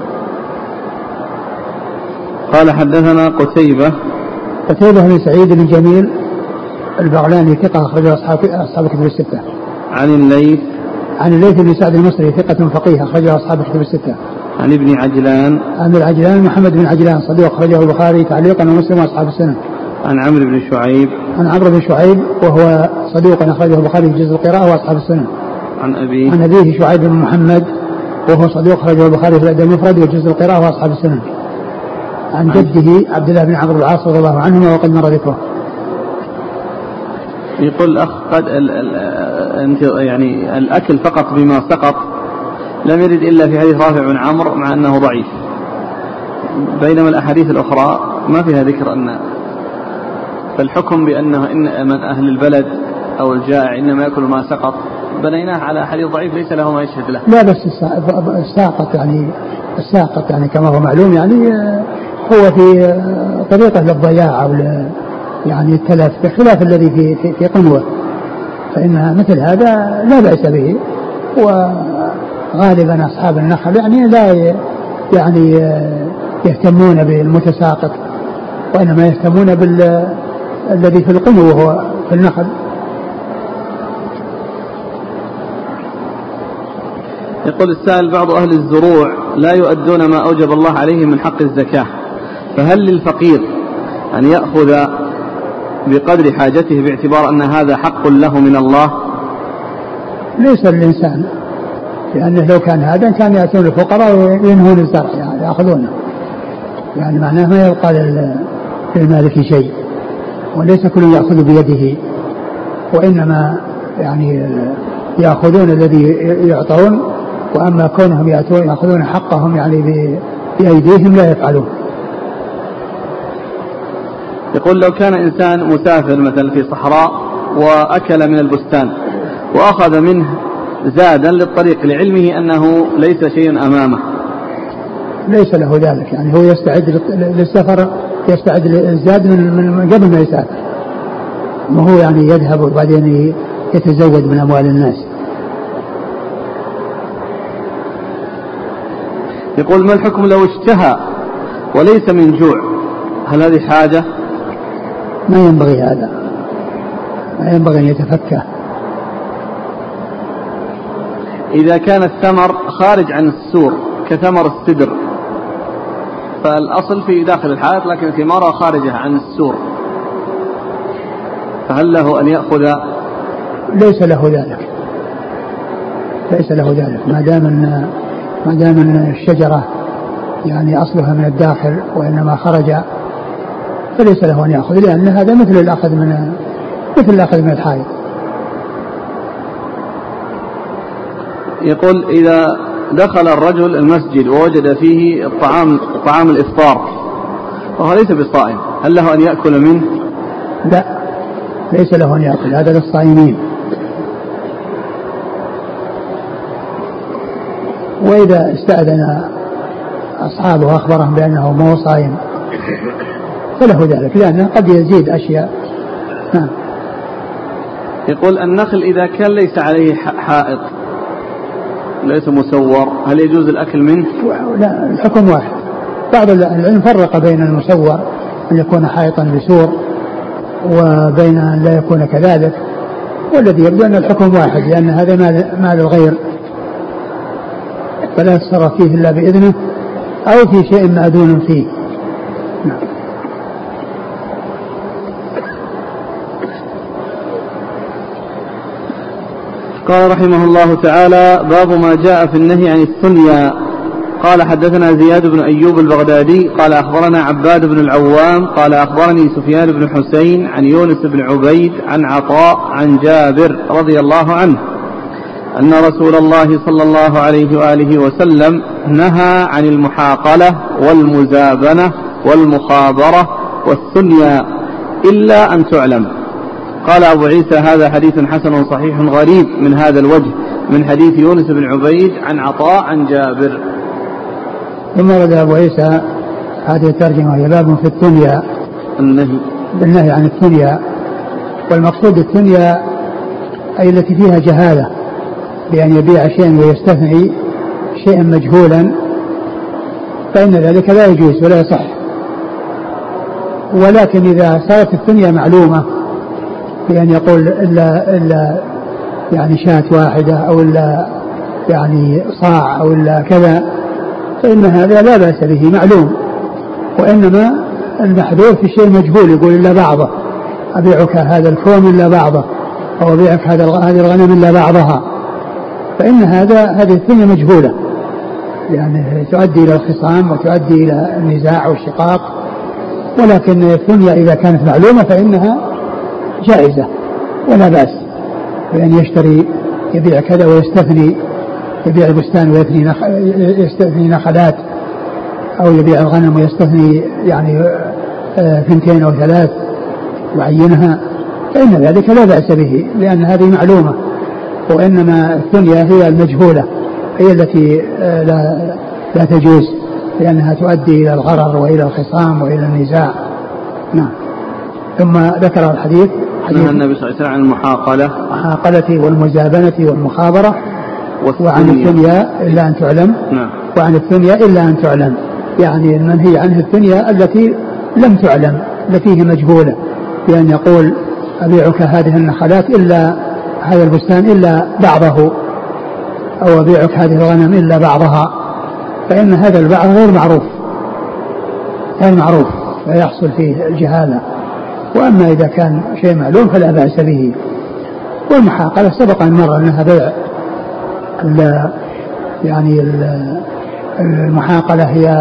قال حدثنا قتيبة بن سعيد بن جميل البغلاني ثقة أخرجه أصحاب الكتب الستة. عن الليث بن سعد المصري ثقة فقيه أخرجه أصحاب الكتب الستة. عن ابن عجلان محمد بن عجلان صديق أخرجه البخاري تعليقا ومسلم وأصحاب السنن. عن عمرو بن شعيب وهو صديق أخرجه البخاري في جزء القراءة وأصحاب السنن. عن أبيه شعيب بن محمد وهو صديق أخرجه البخاري في الأدب المفرد وجزء القراءة وأصحاب السنن. عن جده عبد الله بن عمرو بن العاص رضي الله عنهما وقد مر ذكره. يقول الأخ قد يعني الأكل فقط بما سقط لم يرد إلا في حديث رافع بن عمرو مع أنه ضعيف، بينما الأحاديث الأخرى ما فيها ذكر أن فالحكم بأنه إن من أهل البلد أو الجائع إنما يأكل ما سقط بنيناه على حديث ضعيف ليس له ما يشهد له. لا بس الساقط يعني كما هو معلوم يعني هو في طريقة للضياع أو يعني التلف بخلاف الذي في قنوة، فإنها مثل هذا لا بأس به. وغالبا أصحاب النخل يعني لا يعني يهتمون بالمتساقط، وإنما يهتمون بالذي في القنوة وهو في النخل. يقول السائل: بعض أهل الزروع لا يؤدون ما أوجب الله عليهم من حق الزكاة، فهل للفقير أن يأخذ بقدر حاجته باعتبار أن هذا حق له من الله؟ ليس للإنسان، لأنه لو كان هذا كان يأتون الفقراء وينهون الزرع يعني يأخذونه، يعني معناه ما يبقى للمالك شيء، وليس كل يأخذ بيده، وإنما يعني يأخذون الذي يعطون، وأما كونهم يأخذون حقهم يعني بأيديهم لا يفعلون. يقول: لو كان إنسان مسافر مثلا في صحراء وأكل من البستان وأخذ منه زادا للطريق لعلمه أنه ليس شيء أمامه، ليس له ذلك، يعني هو يستعد للسفر، يستعد للزاد من قبل ما يسافر، ما هو يعني يذهب وبعدين يتزود من أموال الناس. يقول: ما الحكم لو اشتهى وليس من جوع، هل هذه حاجة؟ ما ينبغي هذا، ما ينبغي أن يتفكه. إذا كان الثمر خارج عن السور كثمر السدر، فالأصل في داخل الحائط لكن ثمارة خارجة عن السور، فهل له أن يأخذ؟ ليس له ذلك، ما دام أن ما دام الشجرة يعني أصلها من الداخل وإنما خرج فليس له أن يأخذ، لأن هذا مثل الأخذ من الحائط. يقول إذا دخل الرجل المسجد ووجد فيه طعام الإفطار وهو ليس بالصائم، هل له أن يأكل منه؟ لا، ليس له أن يأكل، هذا للصائمين. وإذا استأذن أصحابه أخبرهم بأنه ما هو صائم فله ذلك، لأنه قد يزيد أشياء. يقول النخل إذا كان ليس عليه حائط ليس مسور، هل يجوز الأكل منه؟ لا، الحكم واحد. بعض العلم فرق بين المسور أن يكون حائطا بسور وبين أن لا يكون كذلك، والذي يبدو أن الحكم واحد، لأن هذا مال الغير فلا يتصرف فيه إلا بإذنه أو في شيء مأذون فيه. قال رحمه الله تعالى: باب ما جاء في النهي عن الثنيا. قال حدثنا زياد بن أيوب البغدادي قال أخبرنا عباد بن العوام قال أخبرني سفيان بن حسين عن يونس بن عبيد عن عطاء عن جابر رضي الله عنه أن رسول الله صلى الله عليه وآله وسلم نهى عن المحاقلة والمزابنة والمخابرة والثنيا إلا أن تعلم. قال أبو عيسى: هذا حديث حسن صحيح غريب من هذا الوجه من حديث يونس بن عبيد عن عطاء عن جابر. ثم رد أبو عيسى هذه الترجمة: هي باب في الثنيا، النهي عن الثنيا. والمقصود الثنيا أي التي فيها جهالة، بأن يبيع شيئا ويستثني شيئا مجهولا، فإن ذلك لا يجوز ولا يصح. ولكن إذا صارت الثنيا معلومة بأن يقول إلا يعني شاة واحدة أو إلا يعني صاع أو إلا كذا، فإن هذا لا بأس به، معلوم. وإنما المحذور في شيء مجهول، يقول إلا بعضه، أبيعك هذا الكوم إلا بعضه، أو أبيعك هذه الغنم إلا بعضها، فإن هذه الثنيا مجهولة، يعني تؤدي إلى الخصام وتؤدي إلى النزاع والشقاق. ولكن الثنيا إذا كانت معلومة فإنها جائزة ولا بأس، بأن يشتري يبيع كذا ويستثني، يبيع البستان ويستثني نخلات، أو يبيع الغنم ويستثني يعني 2 أو 3 وعينها، فإن ذلك لا بأس به، لأن هذه معلومة. وإنما الثنيا هي المجهولة، هي التي لا تجوز، لأنها تؤدي إلى الغرر وإلى الخصام وإلى النزاع. نعم. ثم ذكر الحديث نهى النبي صلى الله عليه وسلم عن المحاقلة والمزابنة والمخابرة، وعن الثنيا إلا أن تعلم. نعم. وعن الثنيا إلا أن تعلم، يعني المنهي عنه الثنيا التي لم تعلم، التي هي مجهولة، بأن يقول أبيعك هذه النخلات إلا هذا البستان إلا بعضه، أو أبيعك هذه الغنم إلا بعضها، فإن هذا البعض غير معروف فيحصل فيه الجهالة. وأما إذا كان شيء معلوم فلا بأس به. والمحاقلة سبق أن مر أنها بيع، يعني المحاقلة هي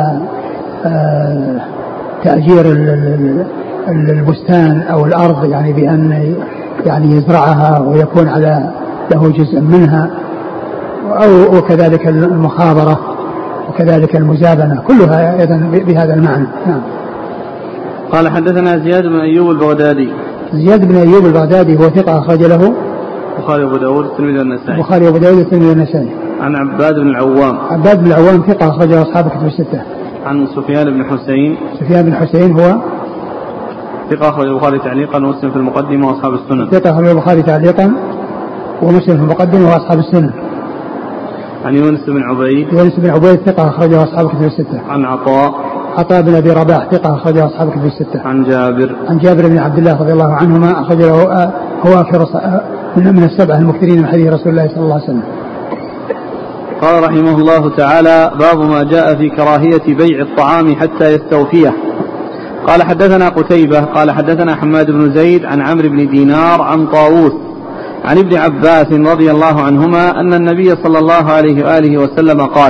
تأجير البستان أو الأرض، يعني بأن يعني يزرعها ويكون له جزء منها، أو وكذلك المخابرة وكذلك المزابنة، كلها أيضا بهذا المعنى. نعم. قال حدثنا زياد بن أيوب البغدادي. زياد بن أيوب البغدادي هو ثقة أخرج له البخاري وأبو داود والترمذي والنسائي. عن عباد بن العوام. عباد بن العوام ثقة أخرج له أصحاب الكتب الستة. عن سفيان بن حسين هو ثقة أخرج البخاري تعليقا ومسلم في المقدمة وأصحاب السنن. ثقة أخرج البخاري تعليقا ومسلم في المقدمة وأصحاب السنن. عن يونس بن عبيد ثقة أخرجه أصحاب الكتب الستة. عن عطاء بن أبي رباح ثقة أخرجه أصحاب الكتب الستة. عن جابر بن عبد الله رضي الله عنهما أخرجه هو أكثر من السبعة المكثرين من حديث رسول الله صلى الله عليه وسلم. قال رحمه الله تعالى: باب ما جاء في كراهية بيع الطعام حتى يستوفيه. قال حدثنا قتيبة قال حدثنا حماد بن زيد عن عمرو بن دينار عن طاووس عن ابن عباس رضي الله عنهما أن النبي صلى الله عليه وآله وسلم قال: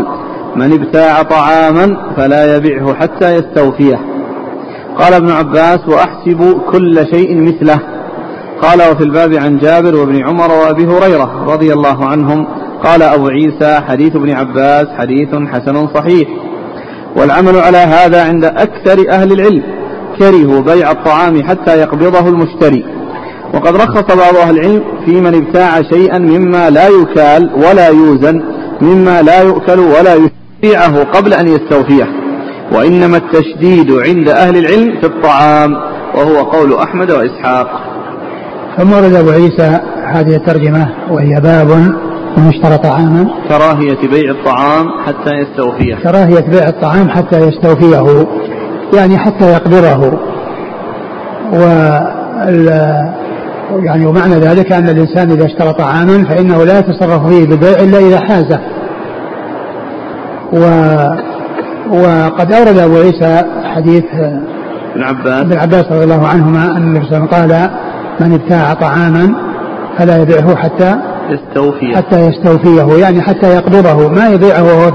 من ابتاع طعاما فلا يبعه حتى يستوفيه. قال ابن عباس: وأحسب كل شيء مثله. قال: وفي الباب عن جابر وابن عمر وأبي هريرة رضي الله عنهم. قال أبو عيسى: حديث ابن عباس حديث حسن صحيح. والعمل على هذا عند أكثر أهل العلم، كرهوا بيع الطعام حتى يقبضه المشتري. وقد رخص بعض أهل العلم في من ابتاع شيئا مما لا يكال ولا يوزن، مما لا يؤكل ولا يبيعه قبل أن يستوفيه. وإنما التشديد عند أهل العلم في الطعام، وهو قول أحمد وإسحاق. ثم ورد أبو عيسى هذه الترجمة وهي باب من اشترى طعاما كراهية بيع الطعام حتى يستوفيه. كراهية بيع الطعام حتى يستوفيه، يعني حتى يقبضه. يعني ومعنى ذلك أن الإنسان إذا اشترى طعاما فإنه لا يتصرف فيه بالبيع إلا إذا حازه. وقد أورد أبو عيسى حديث ابن عباس رضي الله عنهما أن النبي صلى الله عليه وسلم قال: من ابتاع طعاما فلا يبيعه حتى يستوفيه، يعني حتى يقبضه، ما يبيعه وهو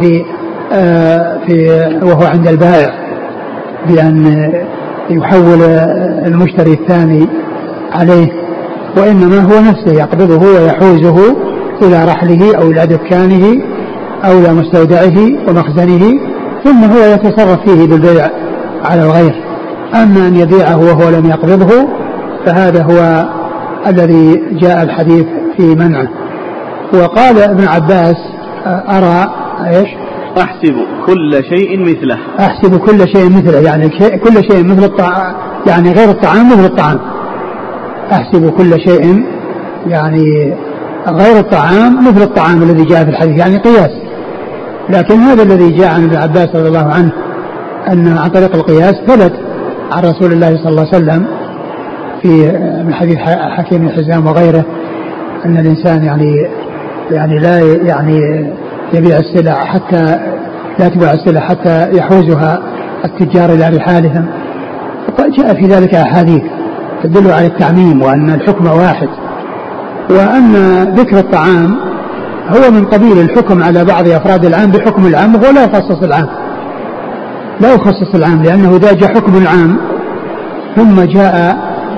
وهو عند البائع بأن يحول المشتري الثاني عليه، وإنما هو نفسه يقبضه ويحوزه إلى رحله أو إلى دكانه أو إلى مستودعه ومخزنه، ثم هو يتصرف فيه بالبيع على الغير. أما أن يبيعه وهو لم يقبضه فهذا هو الذي جاء الحديث في منعه. وقال ابن عباس: أرى إيش؟ أحسب كل شيء مثله. أحسب كل شيء مثله، يعني كل شيء مثل الطعام، يعني غير الطعام مثل الطعام. أحسب كل شيء يعني غير الطعام مثل الطعام الذي جاء في الحديث، يعني قياس. لكن هذا الذي جاء عن ابن عباس رضي الله عنه أن عن طريق القياس ثبت عن رسول الله صلى الله عليه وسلم في من حديث حكيم بن حزام وغيره أن الإنسان يعني لا يبيع السلع حتى لا تباع السلع حتى يحوزها التجار إلى رحالهم. جاء في ذلك أحاديث تدل على التعميم وأن الحكم واحد، وأن ذكر الطعام هو من قبيل الحكم على بعض أفراد العام بحكم العام، وهو لا يخصص العام، لا يخصص العام، لأنه إذا جاء حكم العام ثم جاء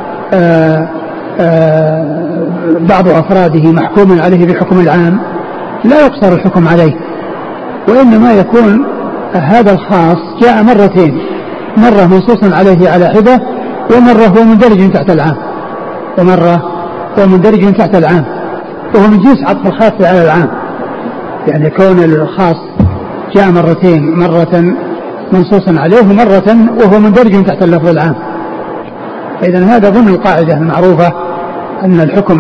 بعض أفراده محكوم عليه بحكم العام لا يقصر الحكم عليه، وإنما يكون هذا الخاص جاء مرتين، مرة منصوص عليه على حدة، ومرة هو مندرج تحت العام، ومرة هو مندرج تحت العام، وهو من جنس عطف الخاص على العام. يعني كون الخاص جاء مرتين، مرة منصوصا عليه ومرة وهو مندرج تحت اللفظ العام. فإذا هذا ضمن القاعدة المعروفة أن الحكم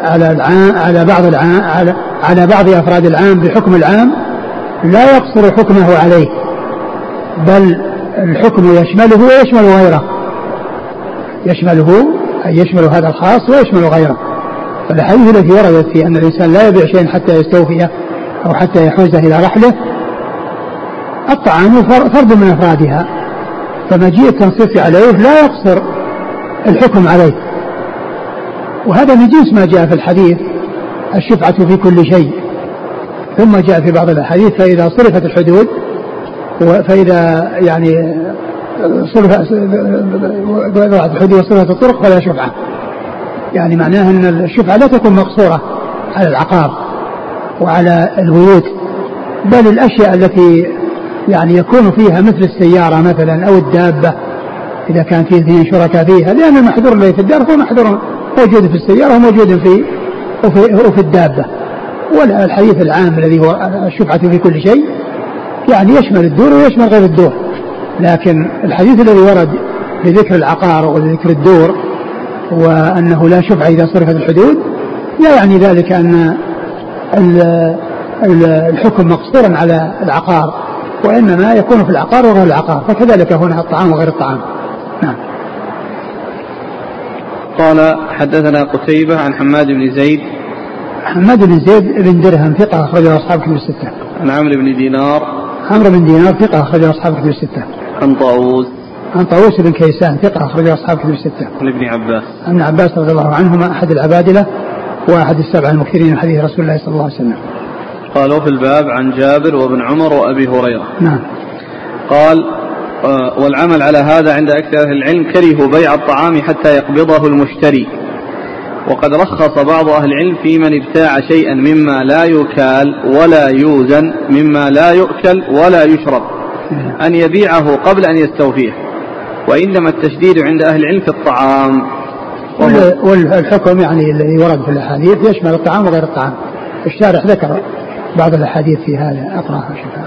على بعض أفراد العام بحكم العام لا يقصر حكمه عليه، بل الحكم يشمله ويشمل غيره، يشمل هذا الخاص ويشمل غيره. فالحديث التي وردت في أن الإنسان لا يبيع شيئا حتى يستوفيه أو حتى يحوزه إلى رحله، الطعام فرد من أفرادها، فمجيء التنصيص عليه لا يقصر الحكم عليه. وهذا من جنس ما جاء في الحديث الشفعة في كل شيء. ثم جاء في بعض الحديث: فإذا صرفت الحدود، فإذا يعني صرفت الحدود وصرفت الطرق فلا شفعة، يعني معناه أن الشفعة لا تكون مقصورة على العقار وعلى البيوت، بل الأشياء التي يعني يكون فيها مثل السيارة مثلا أو الدابة إذا كان فيه اثنين شركاء فيها، لأن المحذور الذي في الدار هو محذور موجود في السيارة وموجود في الدابة. ولا الحديث العام الذي هو الشفعة في كل شيء يعني يشمل الدور ويشمل غير الدور، لكن الحديث الذي ورد بذكر العقار وذكر الدور وأنه لا شفعة إذا صرفت الحدود لا يعني ذلك أن الحكم مقصورا على العقار، وإنما يكون في العقار وغير العقار، فكذلك هنا الطعام وغير الطعام. نعم. قال: حدثنا قتيبة عن حماد بن زيد. حماد بن زيد بن درهم ثقة أخرجه أصحاب كتب الستة. عن عمرو بن دينار. عمرو بن دينار ثقة أخرجه أصحاب كتب الستة. عن طاووس بن كيسان ثقة أخرجه أصحاب كتب الستة. عن ابن عباس. ابن عباس رضي الله عنهما أحد العبادلة وأحد السبع المكثرين من حديث رسول الله صلى الله عليه وسلم. قالوا في الباب عن جابر وابن عمر وأبي هريرة. نعم. قال والعمل على هذا عند أكثر أهل العلم كرهوا بيع الطعام حتى يقبضه المشتري، وقد رخص بعض أهل العلم في من ابتاع شيئا مما لا يكال ولا يوزن مما لا يؤكل ولا يشرب أن يبيعه قبل أن يستوفيه، وإنما التشديد عند أهل العلم في الطعام. والحكم يعني الذي ورد في الأحاديث يشمل الطعام وغير الطعام. الشارح ذكر بعض الأحاديث في هذا، أقرأها شفاء.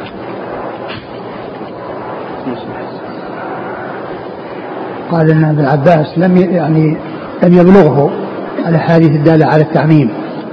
قال إن ابن عباس لم يبلغه الأحاديث الدالة على التعميم.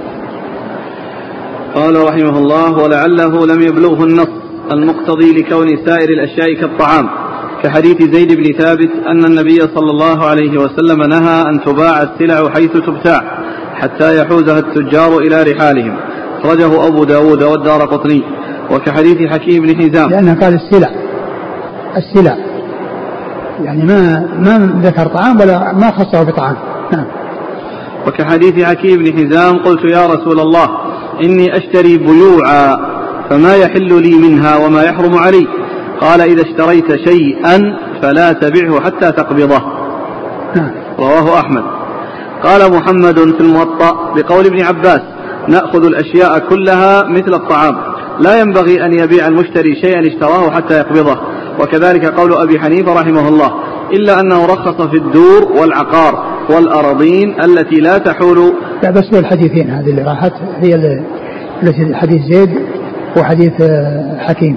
قال رحمه الله ولعله لم يبلغه النص المقتضي لكون سائر الأشياء كالطعام، كحديث زيد بن ثابت أن النبي صلى الله عليه وسلم نهى أن تباع السلع حيث تبتاع حتى يحوزها التجار إلى رحالهم، أخرجه أبو داود والدارقطني. وكحديث حكيم بن حزام، لأنه قال السلع يعني ما ذكر طعام ولا ما خصه بطعام. نعم. وكحديث حكيم بن حزام قلت يا رسول الله إني أشتري بيوعا فما يحل لي منها وما يحرم علي؟ قال إذا اشتريت شيئا فلا تبعه حتى تقبضه. رواه أحمد. قال محمد في الموطأ بقول ابن عباس نأخذ الأشياء كلها مثل الطعام، لا ينبغي أن يبيع المشتري شيئا اشتراه حتى يقبضه. وكذلك قول أبي حنيفة رحمه الله، إلا أنه رخص في الدور والعقار والأراضين التي لا تحول. لا بس الحديثين هذه اللي راحت هي التي حديث زيد وحديث حكيم.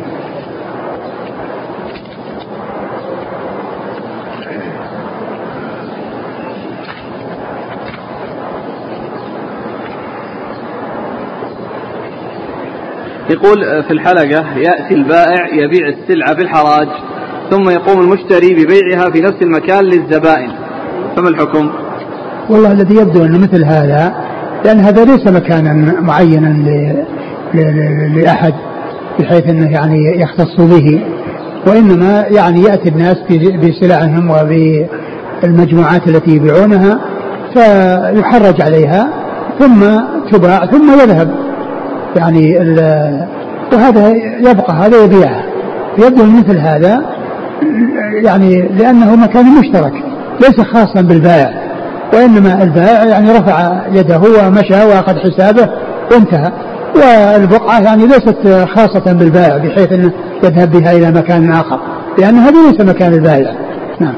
يقول في الحلقة يأتي البائع يبيع السلعة بالحراج ثم يقوم المشتري ببيعها في نفس المكان للزبائن، فما الحكم؟ والله الذي يبدو أنه مثل هذا، لأن هذا ليس مكانا معينا لأحد بحيث أنه يعني يختص به، وإنما يعني يأتي الناس بسلعهم وبالمجموعات التي يبيعونها فيحرج عليها ثم تباع ثم يذهب يعني وهذا يبقى هذا يبيعها. يبدو مثل هذا يعني لأنه مكان مشترك ليس خاصا بالبائع، وإنما البائع يعني رفع يده ومشى وأخذ حسابه وانتهى، والبقعة يعني ليست خاصة بالبائع بحيث أنه يذهب بها إلى مكان آخر، لأن هذا ليس مكان البائع. نعم.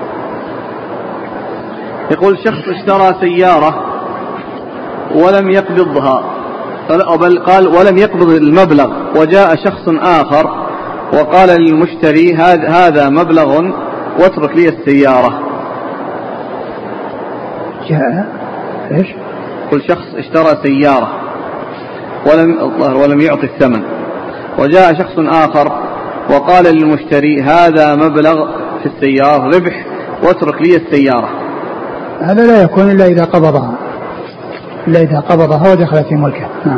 يقول شخص اشترى سيارة ولم يقبضها، بل قال ولم يقبض المبلغ، وجاء شخص آخر وقال للمشتري هذا مبلغ واترك لي السيارة. جاء ايش؟ كل شخص اشترى سيارة ولم يعطي الثمن، وجاء شخص آخر وقال للمشتري هذا مبلغ في السيارة ربح واترك لي السيارة. هذا لا يكون إلا إذا قبضها ودخلت في ملكه. نعم.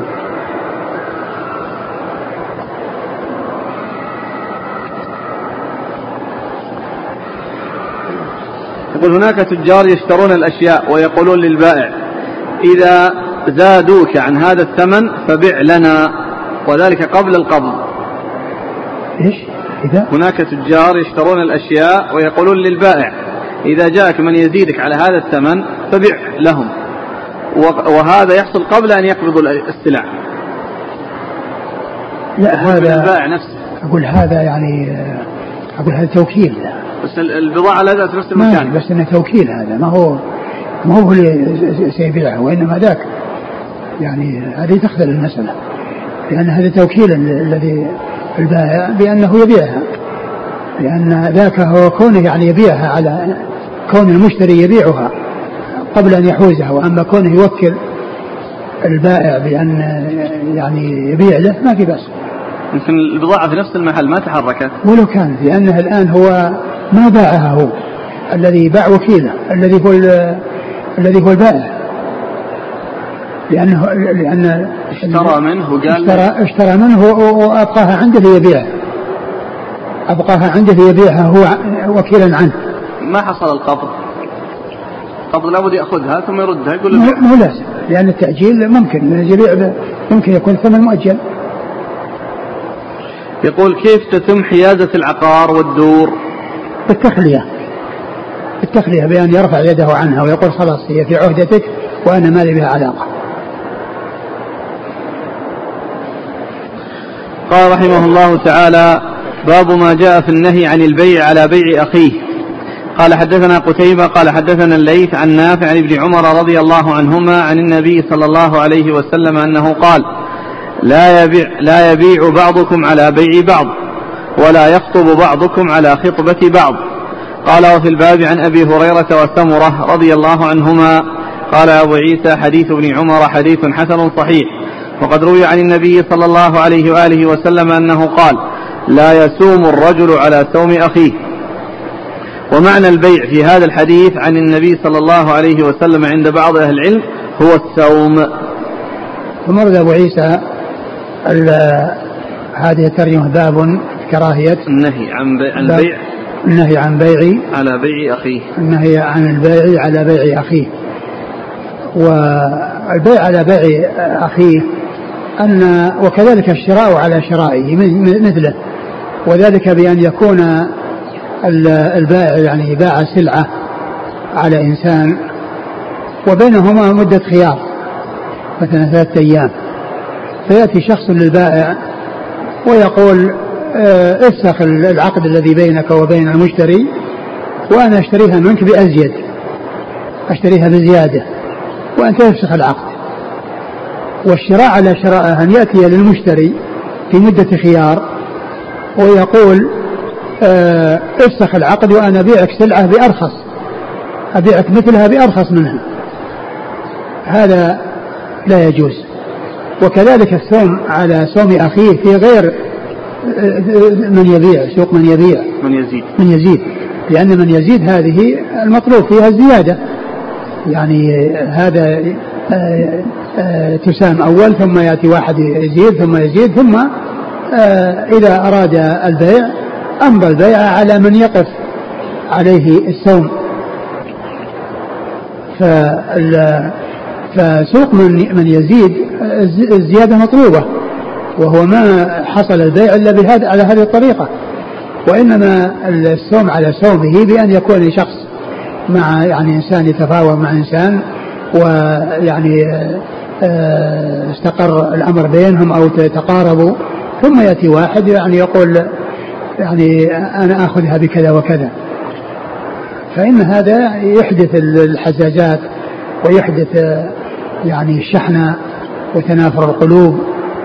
يقول هناك تجار يشترون الأشياء ويقولون للبائع إذا زادوك عن هذا الثمن فبع لنا، وذلك قبل القبض. إيش؟ إذا هناك تجار يشترون الأشياء ويقولون للبائع إذا جاءك من يزيدك على هذا الثمن فبع لهم، وهذا يحصل قبل أن يقبضوا السلع. لا هذا البائع نفسه. أقول هذا يعني أقول هذا توكيل، بس البضاعة لا تأتي نفس المكان، بس إنه توكيل، هذا ما هو اللي سيبيعه، وإنما ذاك يعني هذه تخذل المسألة، لأن هذا توكيل الذي البائع بأنه يبيعها، لأن ذاك هو كونه يعني يبيعها على كون المشتري يبيعها قبل أن يحوزها، وأما كونه يوكل البائع بأن يعني يبيع له ما في بأس. يمكن البضاعة في نفس المحل ما تحركت ولو كان، لأنه الآن هو ما باعها، هو الذي باع وكيله الذي هو البائع، لأن اشترى منه وقال اشترى منه وأبقاها عنده ليبيعها هو وكيلا عنه. ما حصل القبض لابد يأخذها ثم يردها، يقول مو لازم، لأن التأجيل ممكن يكون ثمن مؤجل، يقول كيف تتم حيازة العقار والدور؟ بالتخلية بأن يرفع يده عنها ويقول خلاص هي في عهدتك وأنا ما لي بها علاقة. قال رحمه الله تعالى: باب ما جاء في النهي عن البيع على بيع أخيه. قال حدثنا قتيبة قال حدثنا الليث عن نافع عن ابن عمر رضي الله عنهما عن النبي صلى الله عليه وسلم أنه قال: لا يبيع بعضكم على بيع بعض، ولا يخطب بعضكم على خطبة بعض. قال: وفي الباب عن أبي هريرة وسمرة رضي الله عنهما. قال أبو عيسى: حديث ابن عمر حديث حسن صحيح. وقد روي عن النبي صلى الله عليه وآله وسلم أنه قال: لا يسوم الرجل على سوم أخيه. ومعنى البيع في هذا الحديث عن النبي صلى الله عليه وسلم عند بعض أهل العلم هو السوم. ثم رد أبو عيسى هذه الترجمة باب كراهية النهي عن البيع النهي عن بيع على بيع أخيه، النهي عن البيع على بيع أخيه. والبيع على بيع أخيه وكذلك الشراء على شرائه مثله، وذلك بأن يكون البائع يعني باع سلعة على إنسان وبينهما مدة خيار مثلا 3 أيام، فيأتي شخص للبائع ويقول: افسخ العقد الذي بينك وبين المشتري وأنا أشتريها منك بأزيد، أشتريها بزيادة وأنت تفسخ العقد. والشراء على شراء أن يأتي للمشتري في مدة خيار ويقول: افسخ العقد وأنا أبيعك سلعة بأرخص، أبيعك مثلها بأرخص منها. هذا لا يجوز. وكذلك السوم على سوم أخيه في غير من يبيع، سوق من يبيع من يزيد، لأن من يزيد هذه المطلوب فيها الزيادة، يعني هذا تسام أول ثم يأتي واحد يزيد ثم يزيد، ثم إذا أراد البيع أمضى البيع على من يقف عليه السوم. فسوق من يزيد الزيادة مطلوبة، وهو ما حصل البيع إلا على هذه الطريقة. وإنما السوم على سومه بأن يكون شخص مع يعني إنسان يتفاوض مع إنسان ويعني استقر الأمر بينهم أو تقاربوا، ثم يأتي واحد يعني يقول يعني أنا أخذها بكذا وكذا، فإن هذا يحدث الحزازات ويحدث يعني الشحنة وتنافر القلوب،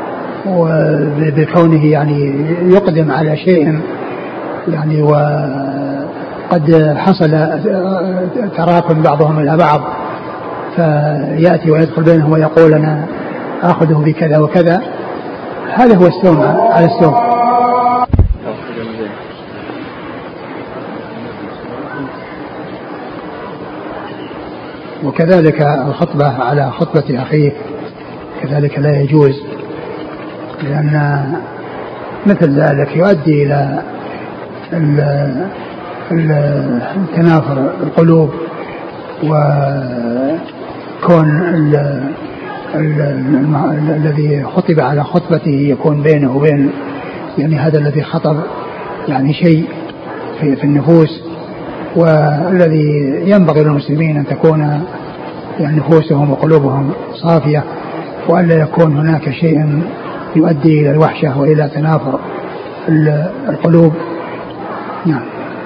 وبكونه يعني يقدم على شيء يعني وقد حصل تراكم بعضهم إلى بعض، فيأتي ويدخل بينهم ويقول أنا أخذه بكذا وكذا. هذا هو السوم على السوم. وكذلك الخطبة على خطبة أخيه كذلك لا يجوز، لأن مثل ذلك يؤدي إلى تنافر القلوب، وكون الذي خطب على خطبته يكون بينه وبين يعني هذا الذي خطب يعني شيء في النفوس. والذي ينبغي للمسلمين أن تكون يعني نفوسهم وقلوبهم صافية، وألا يكون هناك شيء يؤدي إلى الوحشة وإلى تنافر القلوب. نعم.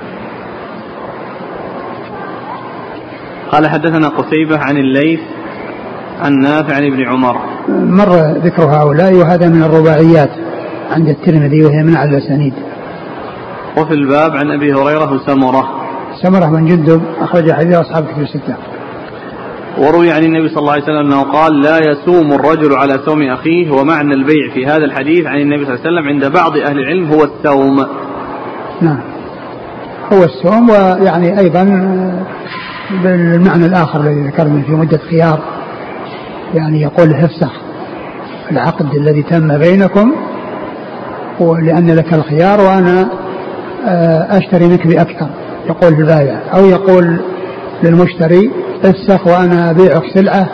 قال حدثنا قتيبة عن الليث عن نافع عن ابن عمر. مر ذكر هؤلاء، وهذا من الرباعيات عند الترمذي وهي من أعلى الأسانيد. وفي الباب عن أبي هريرة سمرة بن جندب أخرج حديث أصحاب كتب الستة. وروي عن النبي صلى الله عليه وسلم أنه قال: لا يسوم الرجل على سوم أخيه. ومعنى البيع في هذا الحديث عن النبي صلى الله عليه وسلم عند بعض أهل العلم هو السوم. نعم، هو السوم. ويعني أيضا بالمعنى الآخر الذي ذكرنا في مدة خيار، يعني يقول افسخ العقد الذي تم بينكم ولأن لك الخيار وأنا أشتري منك بأكثر، يقول البائع، أو يقول للمشتري افسخ وأنا أبيعك سلعة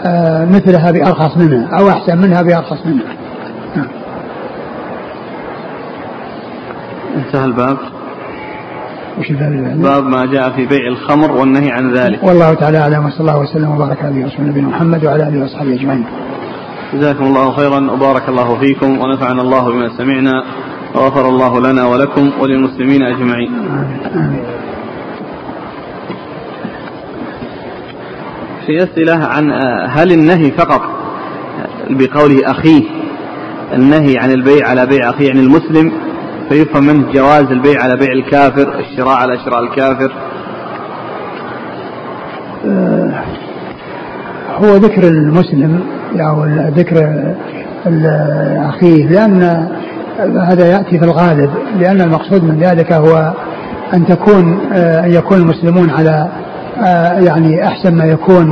مثلها بأرخص منها أو أحسن منها بأرخص منها. انتهى الباب. وش الباب؟ باب ما جاء في بيع الخمر والنهي عن ذلك. والله تعالى أعلم، وصلى الله وسلم وبارك على نبينا محمد وعلى آله وصحبه أجمعين. جزاكم الله خيرا وبارك الله فيكم ونفعنا الله بما سمعنا وغفر الله لنا ولكم وللمسلمين أجمعين. آمين. في أسئلة عن هل النهي فقط بقوله أخيه، النهي عن البيع على بيع أخيه عن المسلم، فيفهم منه جواز البيع على بيع الكافر، الشراء على شراء الكافر؟ هو ذكر المسلم أو ذكر أخيه، لأن هذا يأتي في الغالب، لأن المقصود من ذلك هو أن يكون المسلمون على يعني أحسن ما يكون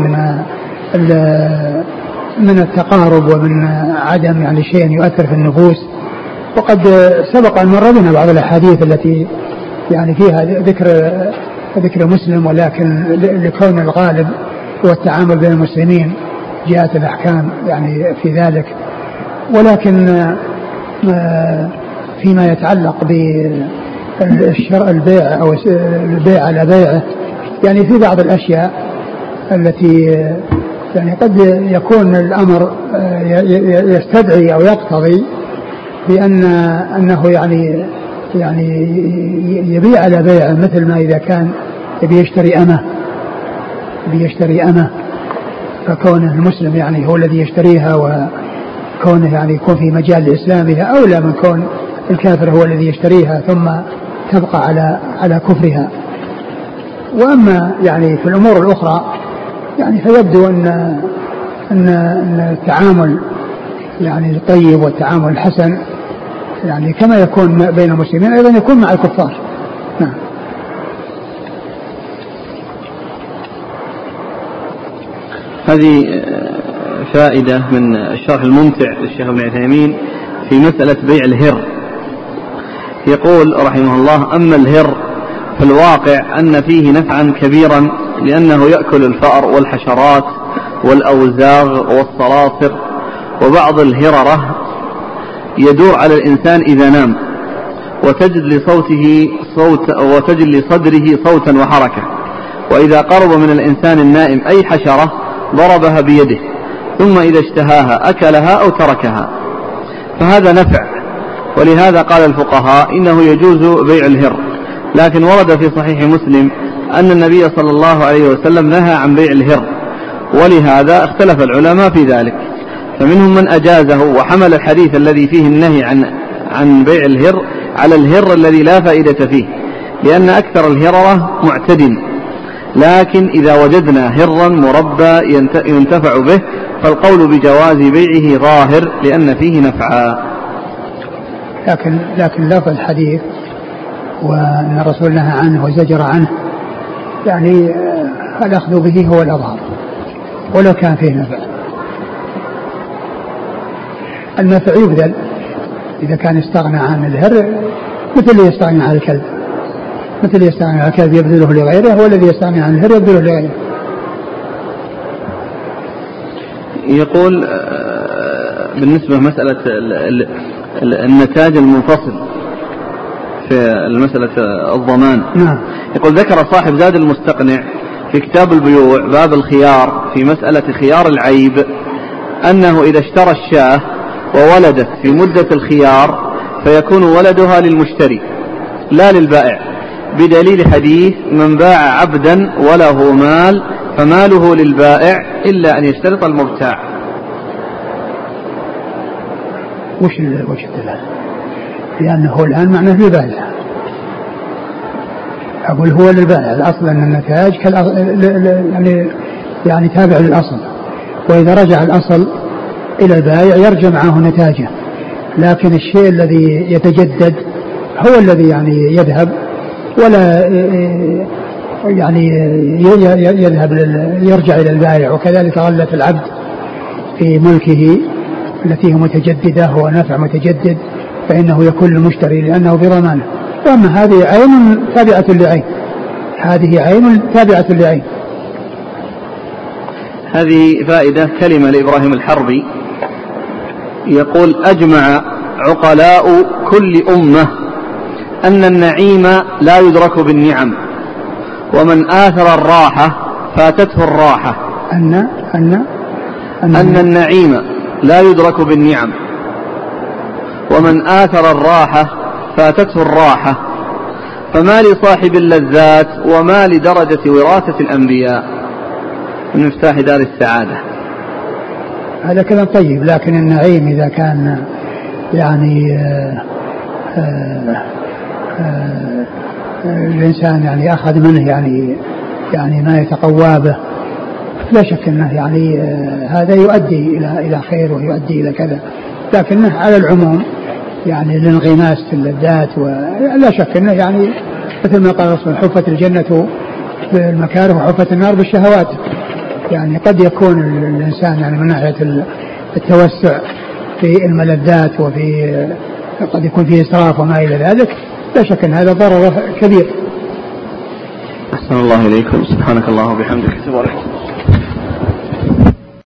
من التقارب ومن عدم يعني شيء يؤثر في النفوس. وقد سبق أن مر بنا بعض الأحاديث التي يعني فيها ذكر مسلم، ولكن لكون الغالب هو التعامل بين المسلمين جاءت الأحكام يعني في ذلك. ولكن فيما يتعلق بالبيع أو البيع على بيعه، يعني في بعض الأشياء التي يعني قد يكون الأمر يستدعي أو يقتضي بأنه يعني يبيع على بيعه، مثل ما إذا كان يشتري أمه فكونه المسلم يعني هو الذي يشتريها، وكونه يعني يكون في مجال إسلامها أولى من كون الكافر هو الذي يشتريها ثم تبقى على كفرها. وأما يعني في الأمور الأخرى يعني فيبدو أن التعامل يعني الطيب والتعامل الحسن يعني كما يكون بين المسلمين أيضا يكون مع الكفار. نعم. هذه فائدة من الشرح الممتع للشيخ ابن عثيمين في مسألة بيع الهر. يقول رحمه الله: أما الهر في الواقع أن فيه نفعا كبيرا، لأنه يأكل الفأر والحشرات والأوزاغ والصراصر، وبعض الهررة يدور على الإنسان إذا نام، وتجد لصدره صوتا وحركة، وإذا قرب من الإنسان النائم أي حشرة ضربها بيده، ثم إذا اشتهاها أكلها أو تركها، فهذا نفع. ولهذا قال الفقهاء إنه يجوز بيع الهر. لكن ورد في صحيح مسلم أن النبي صلى الله عليه وسلم نهى عن بيع الهر، ولهذا اختلف العلماء في ذلك، فمنهم من أجازه وحمل الحديث الذي فيه النهي عن بيع الهر على الهر الذي لا فائدة فيه، لأن أكثر الهررة معتد. لكن إذا وجدنا هرا مربى ينتفع به فالقول بجواز بيعه ظاهر، لأن فيه نفعا. لكن لفظ الحديث وأن الرسول نهى عنه وزجر عنه، يعني الأخذ به هو الأظهر ولو كان فيه نفع. النفع يبذل إذا كان يستغنى عن الهر، مثل يستغنى عن الكلب، يبذله لغيره، هو الذي يستغنى عن الهر يبذله لغيره. يقول بالنسبة مسألة النتاج المنفصل في المسألة الضمان. نعم. يقول: ذكر صاحب زاد المستقنع في كتاب البيوع باب الخيار في مسألة خيار العيب أنه إذا اشترى الشاة وولدت في مدة الخيار فيكون ولدها للمشتري لا للبائع، بدليل حديث: من باع عبدا وله مال فماله للبائع إلا أن يشترط المبتاع. وش الدلالة؟ لأنه الآن معناه للبائع، أقول هو للبائع. الأصل أن النتاج يعني تابع للأصل، وإذا رجع الأصل إلى البائع يرجع معه نتاجه، لكن الشيء الذي يتجدد هو الذي يعني يذهب، ولا يعني يرجع إلى البائع. وكذلك غلة العبد في ملكه التي هي متجددة ونفع متجدد فإنه يكون للمشتري لأنه بضمانه. وأما هذه عين تابعة لعين. هذه فائدة كلمة لإبراهيم الحربي، يقول: أجمع عقلاء كل أمة أن النعيم لا يدرك بالنعم، ومن آثر الراحة فاتته الراحة. أن النعيم لا يدرك بالنعم، ومن آثر الراحة فاتته الراحة، فما لصاحب اللذات وما لدرجة وراثة الأنبياء من مفتاح دار السعادة. هذا كلام طيب، لكن النعيم إذا كان يعني الإنسان يعني أخذ منه يعني ما يتقوى به، لا شك أنه يعني هذا يؤدي إلى خير ويؤدي إلى كذا، لكنه على العموم يعني الانغماس في اللذات، ولا شك أنه يعني مثل ما قال الرسول حفت الجنة بالمكاره وحفت النار بالشهوات. يعني قد يكون الإنسان يعني من ناحية التوسع في الملذات وفي قد يكون فيه إسراف وما إلى ذلك، لا شك أن هذا ضرر كبير. أحسن الله إليكم. سبحانك الله وبحمدك.